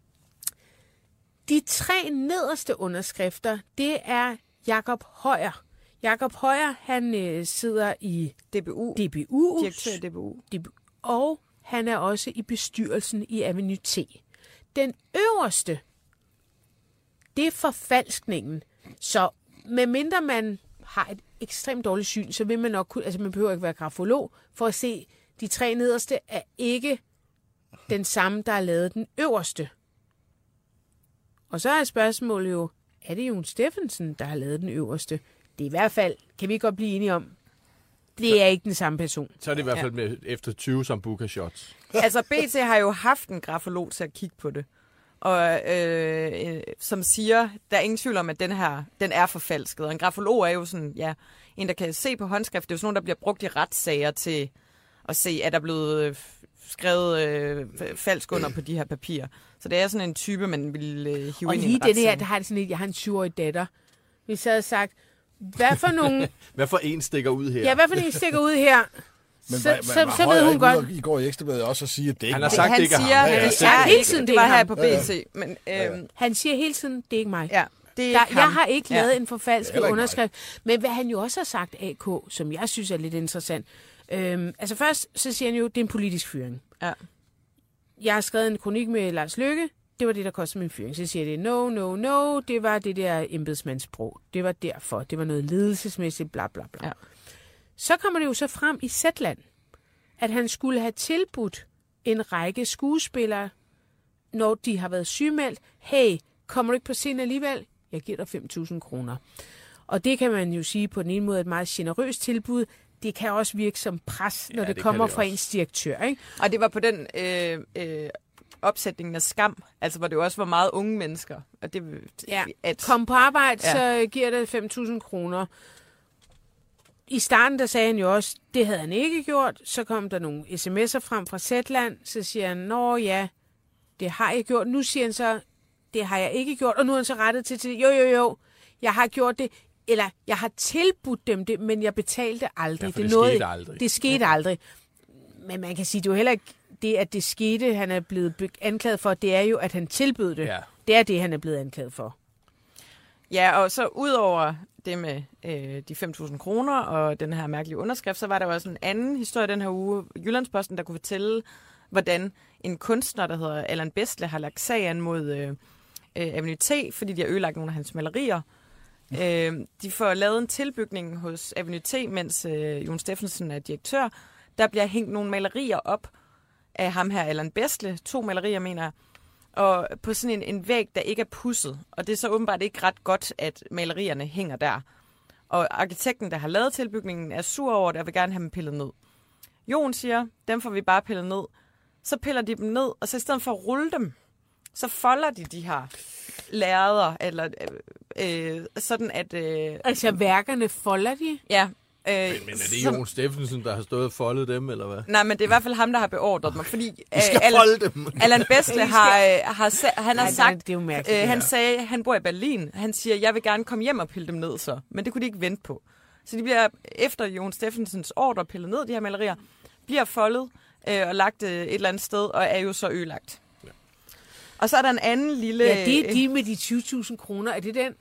De tre nederste underskrifter, det er Jakob Højer. Jakob Højer, han øh, sidder i D B U. D B U. Direktør i D B U. Og han er også i bestyrelsen i Avenue T. Den øverste, det er forfalskningen. Så medmindre man har et ekstremt dårligt syn, så vil man nok kunne, altså man behøver ikke være grafolog, for at se, de tre nederste er ikke den samme, der har lavet den øverste. Og så er spørgsmålet jo, er det Jon Stephensen, der har lavet den øverste? Det er i hvert fald, kan vi godt blive enige om, det er ikke den samme person. Så er det i hvert fald med efter tyve som booker shots. Altså B T har jo haft en grafolog til at kigge på det. Og øh, øh, som siger, der er ingen tvivl om, at den her, den er forfalsket. Og en grafolog er jo sådan, ja, en, der kan se på håndskrift. Det er jo sådan nogen, der bliver brugt i retssager til at se, at der er blevet øh, skrevet øh, falsk under på de her papirer. Så det er sådan en type, man vil øh, hive og ind i lige en det her, retssag. der har det sådan lidt, jeg har en syvårig datter. Hvis jeg havde sagt, hvad for nogle... Hvad for en stikker ud her? Ja, hvad for en stikker ud her? Men Så, var, så, var, så ved hun godt. I går i Ekstrabladet også at sige, at det ikke Han har var- sagt, Han det ikke er siger, ham. han Ja, ja. siger hele ikke, tiden, det det var er her ham. på B T. Men, øh, Han siger hele tiden, det er ikke mig. ja, det er Der, ikke jeg ham. har ikke Ja. lavet en forfalsket Heller ikke underskrift. Men hvad han jo også har sagt, A K, som jeg synes er lidt interessant. Øhm, altså først, så siger han jo, det er en politisk fyring. Ja. Jeg har skrevet en kronik med Lars Løkke. Det var det, der kostede min fyring. Så siger det, no, no, no. Det var det der embedsmandssprog. Det var derfor. Det var noget ledelsesmæssigt, bla, bla, bla. Ja. Så kommer det jo så frem i Zetland, at han skulle have tilbudt en række skuespillere, når de har været sygemeldt. Hey, kommer du ikke på scenen alligevel? Jeg giver dig fem tusind kroner. Og det kan man jo sige på den ene måde et meget generøst tilbud. Det kan også virke som pres, når Ja, det, det kommer kan det fra også. ens direktør, ikke? Og det var på den øh, øh, opsætningen af Skam, altså hvor det jo også var meget unge mennesker. Og det, Ja. at, Kom på arbejde, Ja. så giver det fem tusind kroner. I starten, der sagde han jo også, det havde han ikke gjort. Så kom der nogle sms'er frem fra Zetland. Så siger han, nå ja, det har jeg gjort. Nu siger han så, det har jeg ikke gjort. Og nu er han så rettet til, til jo, jo, jo, jeg har gjort det. Eller, jeg har tilbudt dem det, men jeg betalte aldrig. Ja, for det skete aldrig. Det skete aldrig. Men man kan sige, det er jo heller ikke det, at det skete, han er blevet be- anklaget for. Det er jo, at han tilbød det. Ja. Det er det, han er blevet anklaget for. Ja, og så ud over det med øh, de fem tusind kroner og den her mærkelige underskrift, så var der jo også en anden historie den her uge, Jyllandsposten, der kunne fortælle, hvordan en kunstner, der hedder Allan Bestle, har lagt sag an mod øh, øh, Avenue T, fordi de har ødelagt nogle af hans malerier. Øh, de får lavet en tilbygning hos Avenue T, mens øh, Jon Stephensen er direktør. Der bliver hængt nogle malerier op af ham her, Allan Bestle. To malerier, mener jeg. Og på sådan en, en væg, der ikke er pudset. Og det er så åbenbart ikke ret godt, at malerierne hænger der. Og arkitekten, der har lavet tilbygningen, er sur over det og vil gerne have dem pillet ned. Jon siger, dem får vi bare pillet ned. Så piller de dem ned, og så i stedet for at rulle dem, så folder de de her lærreder, eller øh, øh, sådan at... Øh, Altså, værkerne folder de? ja, øh, Men, men er det Jon Stephensen, der har stået og foldet dem, eller hvad? Nej, men det er i hvert fald ham, der har beordret mig, fordi Vi skal Allan, folde dem. Allan Bestle har, øh, har, sa- han har Ej, sagt, det er jo mærkeligt, øh, det han her. sagde, han bor i Berlin, han siger, jeg vil gerne komme hjem og pille dem ned så, men det kunne de ikke vente på. Så de bliver efter Jon Stephensens ordre pillet ned, de her malerier, bliver foldet øh, og lagt øh, et eller andet sted, og er jo så ødelagt. Ja. Og så er der en anden lille... Ja, det er de med de tyve tusind kroner. Er det den?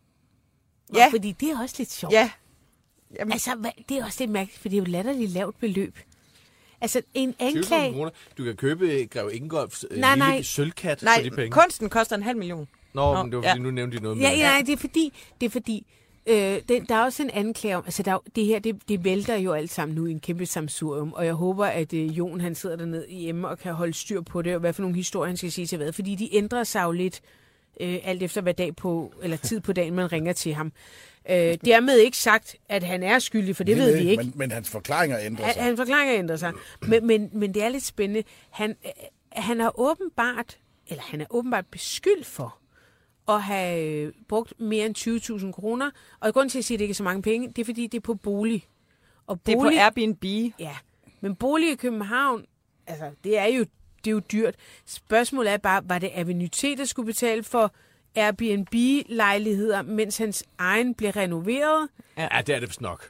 Nå, Ja. Fordi det er også lidt sjovt. Ja. Jamen, Altså, hvad, det er også lidt mærkeligt, for det er jo latterligt lavt beløb. Altså, en tyve tusind anklage... kroner. Du kan købe Grev Ingolfs øh, Nej, lille nej. sølvkat nej, for de penge. kunsten koster en halv million. Nå, Nå, men det var ja. fordi, nu nævnte de noget med Ja, det. ja, nej, det er fordi, det er fordi øh, det, der er også en anklage om, altså der, er jo- det her, det, det vælter jo alt sammen nu i en kæmpe samsurium, og jeg håber, at øh, Jon, han sidder dernede hjemme og kan holde styr på det, og hvad for nogle historier, han skal sige til hvad, fordi de ændrer sig jo lidt øh, alt efter hvad dag på, eller tid på dagen, man ringer til ham. Øh, dermed ikke sagt, at han er skyldig, for det Nej, ved vi ikke. Men, men hans forklaringer ændrer sig. Han, hans forklaringer ændrer sig. Men, men, men det er lidt spændende. Han, han har åbenbart, eller han er åbenbart beskyldt for at have brugt mere end tyve tusind kroner. Og grunden til at sige, at det ikke er så mange penge, det er fordi, det er på bolig. Og Det er bolig, på Airbnb. Ja, men bolig i København, altså det er jo, det er jo dyrt. Spørgsmålet er bare, var det Avenue, der skulle betale for Airbnb-lejligheder, mens hans egen blev renoveret? Ja, det er det vist nok.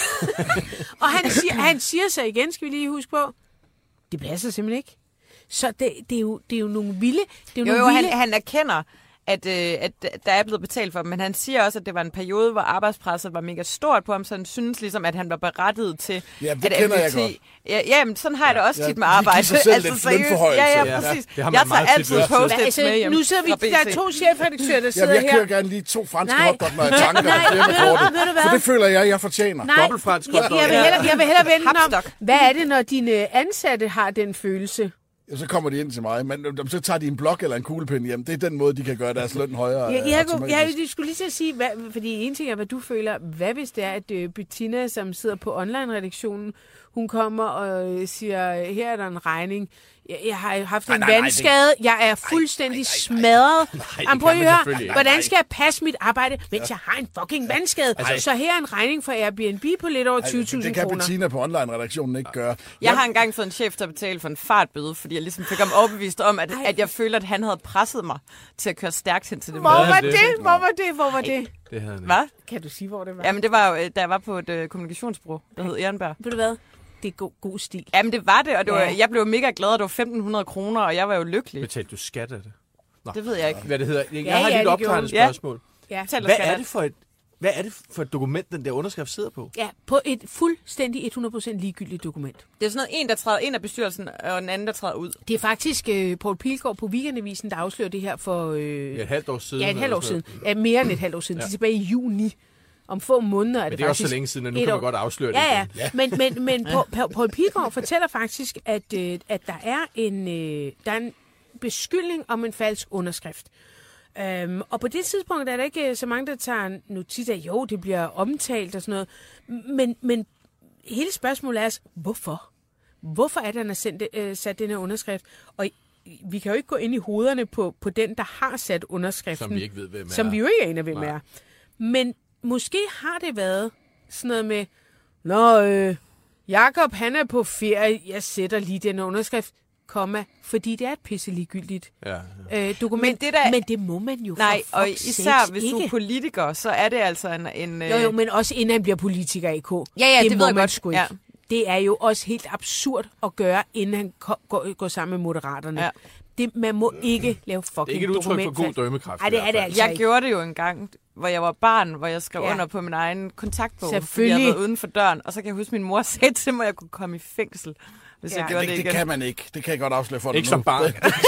Og han siger, han siger sig igen, skal vi lige huske på, det passer simpelthen ikke. Så det, det, er, jo, det er jo nogle vilde... Det er jo, Jo, nogle jo, vilde... han, han erkender, at, øh, at der er blevet betalt for dem, men han siger også, at det var en periode, hvor arbejdspresset var mega stort på ham, så han synes ligesom, at han var berettiget til... Ja, det at kender jeg M V T godt. Ja, ja, men sådan har jeg det også Ja, tit med de arbejde. giver sig selv lidt seriøst. lønforhøjelse. Ja, ja, Ja, præcis. det har man Jeg tager meget tit altid lyst til. post-its Altså, med hjem nu sidder vi, fra B der er T. to chefredaktører, der sidder Jamen, jeg her. kører gerne lige to franske Nej. hotdog, når jeg tanker Nej, og flere med ved du- kortet. ved du hvad? For det føler jeg, jeg fortjener. Nej, Dobbeltfransk jeg, hotdog. jeg, vil hellere, jeg vil hellere vente om, Hapstok. hvad er det, når dine ansatte har den følelse? Ja, så kommer de ind til mig, men om så tager de en blok eller en kuglepind hjem. Det er den måde, de kan gøre deres løn højere. Jeg, øh, jeg, jeg, jeg, automatisk. jeg skulle lige til at sige, hvad, fordi en ting er, hvad du føler. Hvad hvis det er, at uh, Bettina, som sidder på online-redaktionen, hun kommer og øh, siger, her er der en regning. Jeg, jeg har jo haft en nej, nej, vandskade. Jeg er fuldstændig smadret. Jamen, prøv at kan man høre, selvfølgelig ikke. hvordan skal jeg passe mit arbejde, mens jeg har en fucking vandskade? Så her er en regning for Airbnb på lidt over tyve Ej, tusind det kan kroner. Bettina på online-redaktionen ikke gøre. Jeg har engang fået en chef til at betale for en fartbøde, fordi jeg ligesom fik ham overbevist om, at, at jeg føler, at han havde presset mig til at køre stærkt hen til det Hvor møde. var det. det? Hvor var det? Hvor var det? Det havde han Hvad? Kan du sige, hvor det var? Jamen, det var jo, øh, da jeg var på et øh, kommunikationsbureau, der hed Ehrenberg. Ved du hvad? Det er god, god stil. Jamen, det var det, og det var, Ja. jeg blev mega glad, og det var femten hundrede kroner, og jeg var jo lykkelig. Betalte du skat af det? Det ved jeg ikke. Hvad det hedder? Jeg, Ja, jeg har ja, lige et det opklarende gjorde- spørgsmål. Ja. Betaler Hvad skat er af det for et, hvad er det for et dokument, den der underskrift sidder på? Ja, på et fuldstændig hundrede procent ligegyldigt dokument. Det er sådan noget, en, der træder ind af bestyrelsen, og en anden, der træder ud. Det er faktisk øh, Poul Pilgaard på Weekendavisen, der afslører det her for øh, Ja, et halvt år siden. ja, et halvt år eller sådan siden. Ja, mere end et halvt år siden. Ja. Det er tilbage i juni. Om få måneder er Men det, det er også faktisk så længe siden, at nu et kan man år. godt afsløre det. Ja, ja. igen. ja. Men, men, men ja. Poul Pilgaard fortæller faktisk, at, øh, at der, er en, øh, der er en beskyldning om en falsk underskrift. Øhm, og på det tidspunkt er der ikke så mange, der tager notits af, jo, det bliver omtalt og sådan noget. Men, men hele spørgsmålet er, altså, hvorfor? Hvorfor er det, han har sendt, øh, sat den her underskrift? Og vi kan jo ikke gå ind i hovederne på, på den, der har sat underskriften. Som vi ikke ved, hvem er. Som vi jo ikke aner, hvem Nej. er. Men måske har det været sådan noget med, Nå, øh, Jakob, han er på ferie, jeg sætter lige den underskrift, komma, fordi det er et pisse ligegyldigt Ja, ja. øh, dokument. Men det der- men det må man jo Nej, for og fuck's især sakes hvis ikke. du er politiker, så er det altså en... en Jo, jo, men også inden han bliver politiker, A K. Ja, ja, det må ved jeg man godt. sgu ikke. Ja. Det er jo også helt absurd at gøre, inden han ko- går, går sammen med Moderaterne. Ja. Det, man må ikke lave fucking Det er ikke et udtryk for dokument- god dømmekraft. Nej, i det er hvert det fald. altså Jeg ikke. gjorde det jo en gang, hvor jeg var barn, hvor jeg skrev Ja. ja. under på min egen kontaktbog. Fordi Selvfølgelig. jeg var uden for døren. Og så kan jeg huske, at min mor sagde til mig, at jeg kunne komme i fængsel, hvis Ja. jeg gjorde Det, det, det igen. kan man ikke. Det kan jeg godt afsløre for dig Ikke nu. som barn.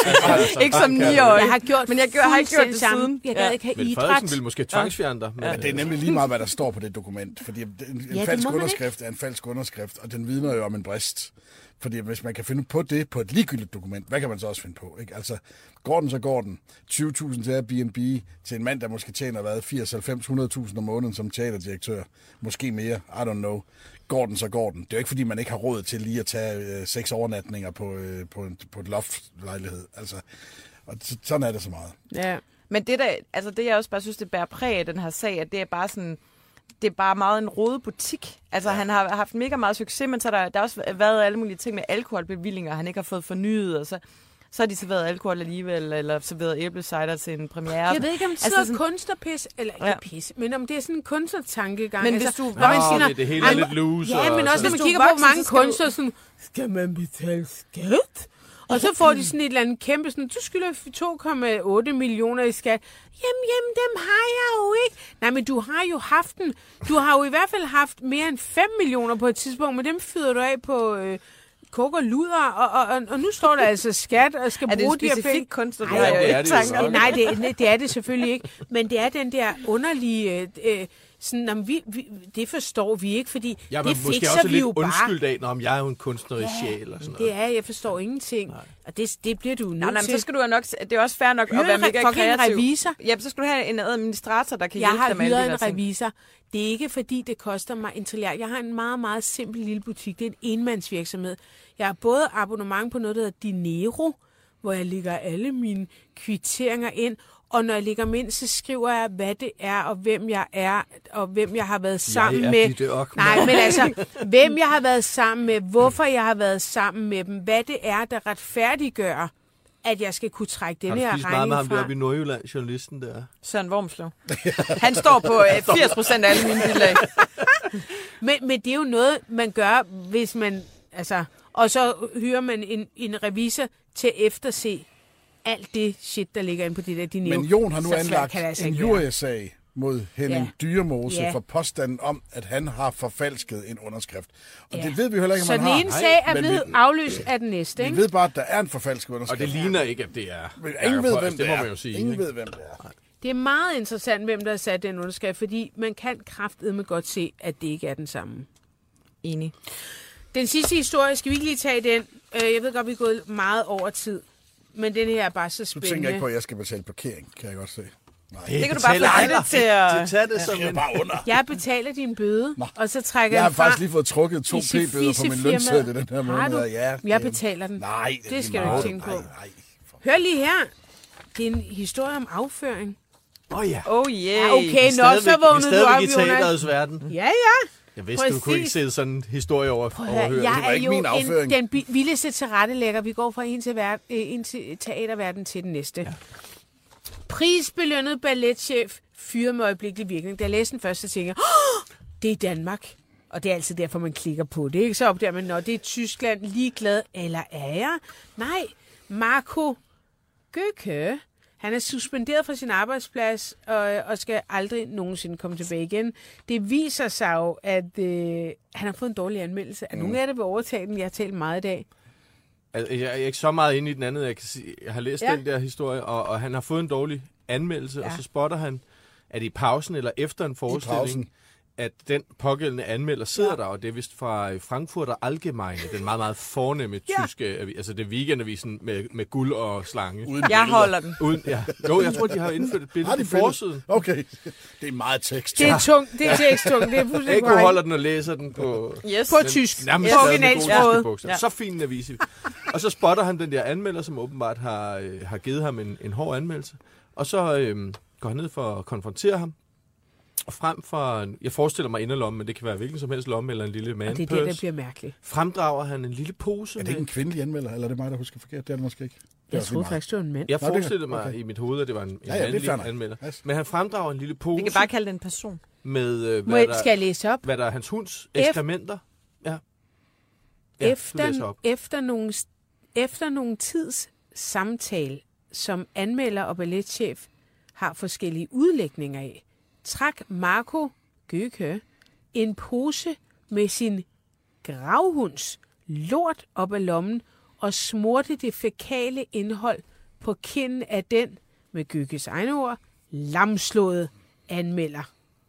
Ikke som niårig. Jeg har gjort Men jeg gør, har ikke gjort det fuldstændig samme. siden. Jeg gad Ja. ikke have Men idræt. Frederiksen ville måske tvangsfjerne dig. Men, Ja, det er nemlig lige meget, hvad der står på det dokument. Fordi en, en det falsk må man underskrift er en falsk underskrift, og den vidner jo om en brist. Fordi hvis man kan finde på det på et ligegyldigt dokument, hvad kan man så også finde på? Ikke? Altså, går den, så går den. tyve tusind til Airbnb til en mand, der måske tjener hvad, firs, halvfems, hundrede tusind om måneden som teaterdirektør. Måske mere, I don't know. Går den, så går den. Det er jo ikke, fordi man ikke har råd til lige at tage øh, seks overnatninger på, øh, på, en, på et loftlejlighed. Altså, og så, sådan er det så meget. Ja. Men det, der, altså det, jeg også bare synes, det bærer præg af den her sag, at det er bare sådan... Det er bare meget en rodet butik. Altså, ja. Han har haft mega meget succes, men så der, der har også været alle mulige ting med alkoholbevillinger, han ikke har fået fornyet, og så, så har de serveret alkohol alligevel, eller serveret æblecider til en premiere. Jeg ved ikke, om det Altså, sidder sådan- kunstnerpis, eller ikke Ja. pis, men om det er sådan en kunstnertankegang. Men hvis altså, du- når man Nå, siger, det, det hele er "Ej, lidt loose. Ja, men og også når sådan. man Hvis du kigger er på, voksen, hvor mange så skal du- kunstnere, sådan, skal man betale skat? Og så får de sådan et eller andet kæmpe, sådan, du skylder to komma otte millioner i skat. Jamen, jamen, dem har jeg jo ikke. Nej, men du har jo haft den. Du har jo i hvert fald haft mere end fem millioner på et tidspunkt, men dem fyder du af på øh, kok og luder, og, og, og, og nu står der altså skat, og skal Er det en bruge de her specifik penge. kunstner? Ej, har jeg det jo er ikke det jo tanker. nok. Nej, det, det er det selvfølgelig ikke. Men det er den der underlige... Øh, sådan, jamen, vi, vi, det forstår vi ikke, fordi Ja, det men måske fikser også vi lidt jo bare. undskyldt af, når jeg er jo en kunstnerisk Ja, sjæl og sådan det noget. er, jeg forstår ingenting. Nej. Og det, det bliver du nødt Nej, nej, men til. så skal du jo nok... Det er også fair nok Hyre at være en mega fucking kreativ. revisor. Ja, så skal du have en administrator, der kan Jeg hjælpe har dig med alle de hyret der en ting. revisor. Det er ikke, fordi det koster mig en trilliard. Jeg har en meget, meget simpel lille butik. Det er en enmandsvirksomhed. Jeg har både abonnement på noget, der hedder Dinero, hvor jeg lægger alle mine kvitteringer ind. Og når jeg lægger dem ind, så skriver jeg, hvad det er, og hvem jeg er, og hvem jeg har været sammen Jeg er med. Ditte Okman. Nej, men altså, hvem jeg har været sammen med, hvorfor jeg har været sammen med dem, hvad det er, der retfærdiggør, at jeg skal kunne trække Har denne du her spist meget med ham regning fra. deroppe i Nordjylland, journalisten der? Søren Wormslev. Han står på øh, firs procent af alle mine bilag. Men, men det er jo noget, man gør, hvis man... Altså, og så hyrer man en, en revisor til at efterse alt det shit, der ligger inde på det der Dinero. Men Jon har nu Så svært anlagt kan det altså en ikke være. juriesag mod Henning Ja. Dyremose Ja. for påstanden om, at han har forfalsket en underskrift. Og Ja. det ved vi jo heller ikke, om Så han den har. ene sag er Men blevet vi, afløst af den næste, vi ikke? ved bare, at der er en forfalsket underskrift. Og det ligner ikke, at det er... Men ingen ved, Jakob hvem Højs, det må er. man jo sige. Ingen ikke? ved, hvem det er. Det er meget interessant, hvem der har sat den underskrift, fordi man kan kraftedeme godt se, at det ikke er den samme. Enig. Den sidste historie, skal vi ikke lige tage den? Øh, Jeg ved godt, vi er gået meget over tid, men den her er bare så Du spændende. tænker ikke på, at jeg skal betale parkering, kan jeg godt se. Nej. Det kan du bare få aldrig. det til at... Det tager det som Jeg er en... bare under. Jeg betaler din bøde, Nå. og så trækker Jeg har den fra faktisk lige fået trukket to i p-bøder på min Sifisi-firmaet. lønseddel i den her Har måned. du? Ja, Jeg det- betaler den. Nej, Det lige skal du meget. ikke tænke på. Nej, nej. Hør lige her. Det er en historie om afføring. Åh oh, ja. Oh yeah. Ja, okay, Vi er nå, stadigvæk- så vi er vågnede du stadigvæk op, i Jonas. teaterets verden. Ja, ja. Jeg vidste, du kunne ikke Præcis. sætte sådan en historie over, Prøv at høre, overhøre. jeg Det var er ikke jo min en, afføring. den bi- vildeste tilrettelægger. Vi går fra en til, ver- en til teaterverden til den næste. Ja. Prisbelønnet balletchef fyret med øjeblikkelig virkning. Da jeg læste den første, så tænkte jeg, oh, det er Danmark. Og det er altid derfor, man klikker på det. Ikke? Så opdager man, når det er Tyskland, ligeglad, eller er jeg? Nej, Marco Göke. Han er suspenderet fra sin arbejdsplads og, og skal aldrig nogensinde komme tilbage igen. Det viser sig jo, at øh, han har fået en dårlig anmeldelse. Er mm. nogen af det vil overtage den? Jeg har talt meget i dag. Altså, jeg er ikke så meget inde i den anden. Jeg, kan sige, jeg har læst Ja. ja. den der historie, og, og han har fået en dårlig anmeldelse, Ja. ja. og så spotter han, at i pausen eller efter en forestilling, pausen. at den pågældende anmelder sidder Ja. ja. der, og det er vist fra Frankfurter Allgemeine, den meget, meget fornemme Ja. tyske avis, altså det er weekendavisen med, med guld og slange. Uden Jeg billeder. holder den. Uden, ja. Jo, jeg tror, de har indført et billede Har de på billeder? forsiden. Okay, det er meget tekst. Det er tungt. Det er teksttungt. Det er fuldstændig Eko korrekt. holder den og læser den på... Yes. På tysk. Nærmest På stadig med gode originalsproget. tyske bogstaver. Ja. Så fin en avis. Og så spotter han den der anmelder, som åbenbart har, øh, har givet ham en, en hård anmeldelse. Og så øh, går han ned for at konfrontere ham. Og frem for, jeg forestiller mig inderlommen, men det kan være hvilken som helst lomme eller en lille Og det er manpurse. det, der bliver mærkeligt. Fremdrager han en lille pose Er det ikke en med... kvindelig anmelder, eller er det mig, der husker forkert? Det er det måske ikke. Det er Jeg også troede lige meget. faktisk, det var en mand. Jeg Nå, det kan- forestillede mig okay. i mit hoved, at det var en, en Ja, ja, det er mandlig fair nok. anmelder. Yes. Men han fremdrager en lille pose Vi kan bare kalde det en person. med, øh, Må hvad, jeg, der, skal jeg læse op? hvad der er hans hunds ekskrementer. Ja. Ja, du læser Efter, op. efter, nogle, efter nogle tids samtale, som anmelder og balletchef har forskellige udlægninger af, trak Marco Göke en pose med sin gravhunds lort op af lommen og smurte det fækale indhold på kinden af den, med Gökes egne ord, lamslåede anmelder.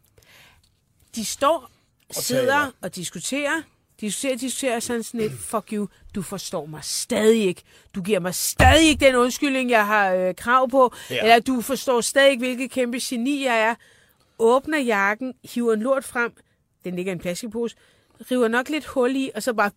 De står, sidder taler. og diskuterer, diskuterer, diskuterer sådan sådan et, fuck you, du forstår mig stadig ikke. Du giver mig stadig ikke den undskyldning, jeg har øh, krav på. Ja. Eller du forstår stadig ikke, hvilket kæmpe geni jeg er. Åbner jakken, hiver en lort frem, den ligger i en plastikpose, river nok lidt hul i, og så bare,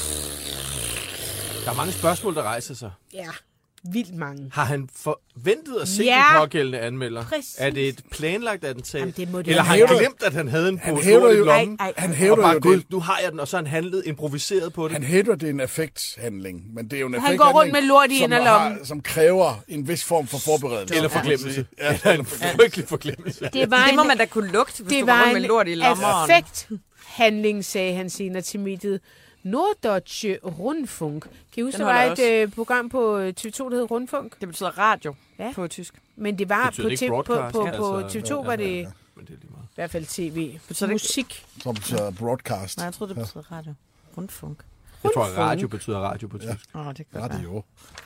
Der er mange spørgsmål, der rejser sig. ja, vildt mange. Har han forventet at se Ja. den pågældende anmelder? Præcis. Er det et planlagt attentat? Jamen, det må det Eller være. har Han han hævder- glemt, at han havde en Han pose hævder lort i jo- lommen? Ej, ej, Han ej. Og hævder bare, jo gud, det. nu har jeg den, og så har han handlet improviseret på det. Han hævder, det er en effekthandling, men det er jo en Han effekthandling, går rundt med lort i som inderlommen. har- Som kræver en vis form for forberedelse. Eller forglemmelse. Ja, Eller en frygtelig forglemmelse. Det var Det må en, man da kunne lugte, hvis det du går var rundt med en lort i lommeren. affekthandling, sagde han senere til mediet Norddeutsche Rundfunk. Kan I huske, Den der var holder et øh, program på øh, T V to, der hed Rundfunk? Det betyder radio Ja. på tysk. Men det var Betyder på, det ikke T- på, broadcast? på, Ja, på altså, T V to ja, var det ja, i ja. Men det er lige meget. hvert fald tv. Betyder det ikke- Musik. Som betyder broadcast. Nej, jeg troede, det betyder radio. Rundfunk. Jeg tror, at Rundfunk. radio betyder radio på tysk. Åh, oh, det kan godt være. Radio.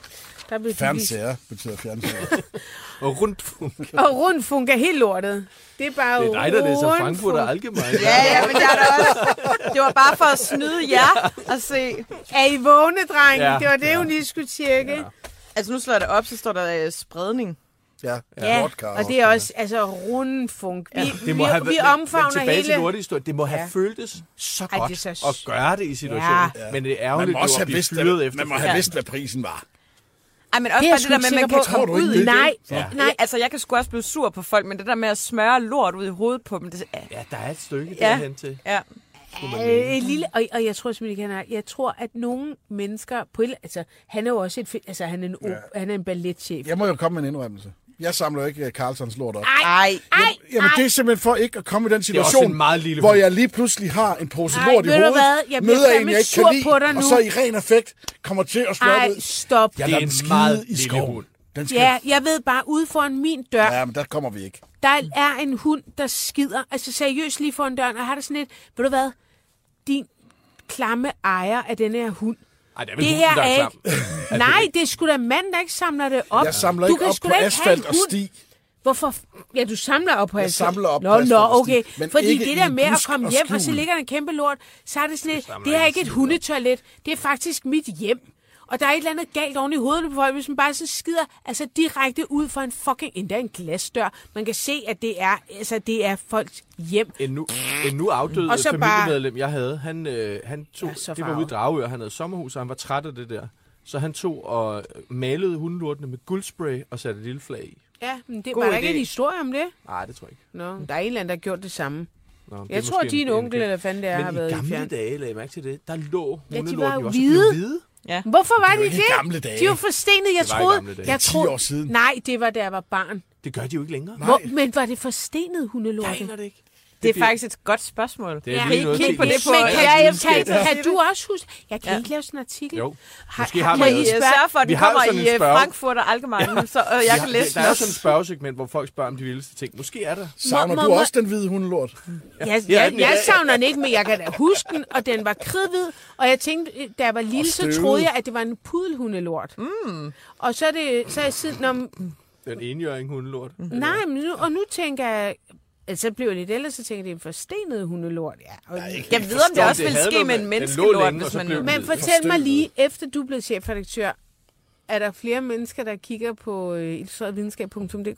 Der blev Fernseher betyder fernseher. Og rundfunk. Og rundfunk er helt lortet. Det er bare Det er dig, der læser rundfunk. Frankfurt og Allgemein. Ja, ja, men jeg er da også... Det var bare for at snyde jer og se. Er I vågne, dreng? Ja. Det var det, hun lige skulle tjekke. Ja, Altså, nu slår jeg det op, så står der øh, spredning. Ja, ja. vodka Og det er også altså rundfunk. Vi, Det må vi, have, vi men- omfavner men tilbage hele... til Nordhistorie. Det må have Ja. føltes så Ej, godt det er så- at gøre det i situationen. Ja. Men det er Man ærgerligt, må at også du have bliver vidst, fyret hvad, efter. man må have vidst, hvad prisen var. Ej, men også Det er bare jeg det der sgu med, at ikke man kan sikker Tror komme du ikke ud. det? Nej, Ja. nej. Altså, jeg kan sgu også blive sur på folk, men det der med at smøre lort ud i hovedet på dem, det er... Ja, der er et stykke Ja. derhen til. Ja. Øh, en lille, og, og jeg tror simpelthen ikke, han er. Jeg tror, at nogle mennesker... På et, altså, han er jo også et... fe- Altså, han er en, ja. han er en balletchef. Jeg må jo komme med en indrømmelse. Jeg samler jo ikke Carlsons lort op. Ej. Ej, Jamen, det er simpelthen for ikke at komme i den Det er også situation, en meget lille hvor hund. jeg lige pludselig har en pose Ej, lort i ved du hovedet, hvad? Jeg bliver møder en, fandme jeg ikke sur kan lide, på dig nu. og så i ren effekt kommer til at slå Ej, ud. stop. Jeg Det lader er den en skide meget i lille skoven. hund. Den skal... Ja, jeg ved bare, ude foran min dør, ja, men der kommer vi ikke. der er en hund, der skider. Altså seriøst lige foran døren, og jeg har det sådan lidt... Ved du hvad? Din klamme ejer af den her hund. Ej, det er vel Det hunden, her der er er ikke... klam. Nej, det er sgu da mand, der ikke samler det op. Jeg samler Du ikke kan op sgu på da ikke have en asfalt og hund. sti. Hvorfor? Ja, du samler op på Jeg asfalt. samler op nå, på asfalt Nå, og okay. sti, men Fordi ikke det i der en med at busk komme og hjem, og så skjul. ligger der en kæmpe lort, så er det sådan lidt, samler det her er ikke ikke et skider. hundetoilet. Det er faktisk mit hjem. Og der er et eller andet galt oven i hovedet på folk, hvis man bare så skider altså direkte ud fra en fucking, endda en glasdør. Man kan se, at det er, altså, det er folks hjem. En nu, en nu afdød Og så familiemedlem, jeg havde, han, øh, han tog, Ja, så det var ude i Dragør, han havde sommerhus, og han var træt af det der. Så han tog og malede hundelortene med guldspray og satte et lille flag i. Ja, men det God var der ikke idé. en historie om det? Nej, det tror jeg ikke. Nå, der er en eller anden, der har gjort det samme. Nå, det er Jeg tror, måske at din en- en onkel, kendt- eller fanden det er, har Men været i i gamle fjern. dage, lagde jeg mærke til det, der lå Ja, de hundelorten var jo jo også hvide. blevet hvide. Ja. Hvorfor var Det var de ikke i det? gamle dage. De var forstenet, jeg Det var i troede. gamle dage. Jeg ti troede, år siden. Nej, det var da jeg var barn. Det gør de jo ikke længere. Nej. Hvor, men var det forstenet Jeg hundelorte? aner det ikke. Det er bliver- faktisk et godt spørgsmål. Det er Ja. lige noget Kig til på det på- Men Ja, kan, jeg, videnskab. kan, kan du også huske... Jeg kan Ja. ikke lave sådan en artikel. Jo. Har, Måske har, har kan man I Kan I noget. spørge? sørge for, at Vi den har jo kommer sådan i en øh, spørge- Frankfurt og Allgemein, så øh, jeg Ja, kan det- læse der den er jo også. sådan et spørgesegment, hvor folk spørger om de vildeste ting. Måske er der. Savner Må- du må- også den hvide hundelort? Jeg, Ja, jeg, den er- jeg savner den ikke, men jeg kan da huske den, og den var kridhvid, og jeg tænkte, da jeg var lille, så støvet. troede jeg, at det var en pudelhundelort. Mm. Og så er det, så er jeg siden, når, Den enjøring hundelort. nej, men nu, og nu tænker jeg, altså så blev jeg lidt ældre, så tænker jeg, det er en forstenet hundelort. Ja, og, Jeg ved, om det Nå, også det vil havde ske noget med med- en den lå menneskelort, længe, og hvis så man... blev den- men lidt fortæl mig forstøvet. lige, efter du blev chefredaktør, er der flere mennesker, der kigger på øh, illustrertvidenskab punktum d k?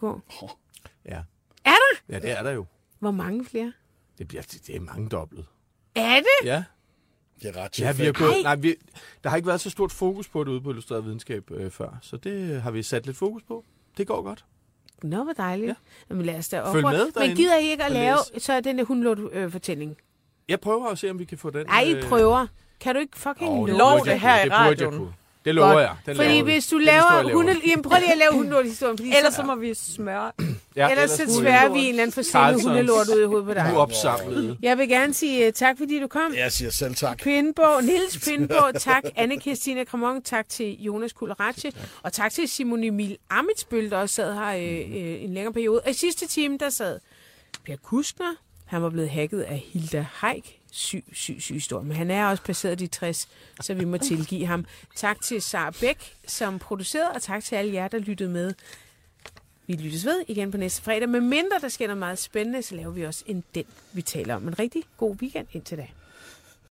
Ja. Er der? Ja, det er der jo. Hvor mange flere? Det, bliver, det er mange dobbelt. Er det? Ja. Det er ret Ja, vi har tilfældigt. gået, Ej. nej, vi, der har ikke været så stort fokus på det ude på Illustreret Videnskab øh, før, så det har vi sat lidt fokus på. Det går godt. Nå, hvor dejligt. Ja. Ja. Jamen lad os da Følg oprette. med Men derinde gider I ikke at og lave læs. så er den der hundelort-fortælling? Jeg prøver at se, om vi kan få den. Ej, I øh, prøver. Kan du ikke fucking åh, love Lov burde det jeg her kunne. i Det burde jeg radioen. kunne. Det lover Godt. jeg. Den Fordi laver vi. hvis du Den laver historie laver hunde... vi. Jamen, prøv lige at lave hundelort-historien. Fordi Ellers så, så må vi smøre. Ja, ellers så kunne sværer vi en eller anden forstenet Carlsons hundelort ud i hovedet på dig. uopsamlede. Jeg vil gerne sige uh, tak, fordi du kom. Jeg siger selv tak. Pindborg, Niels Pindborg, tak. Anne-Christine Kramon, tak til Jonas Kulleratje, og tak til Simon Emil Amitsbøl, der også sad her øh, øh, en længere periode. Og i sidste time, der sad Per Kuskner. Han var blevet hacket af Hilda Haik. Syg, syg, syg historie. Men han er også passeret de tres, så vi må tilgive ham. Tak til Sara Bæk, som producerede, og tak til alle jer, der lyttede med. Vi lyttes ved igen på næste fredag. Med mindre der sker noget meget spændende, så laver vi også en den, vi taler om. En rigtig god weekend indtil da.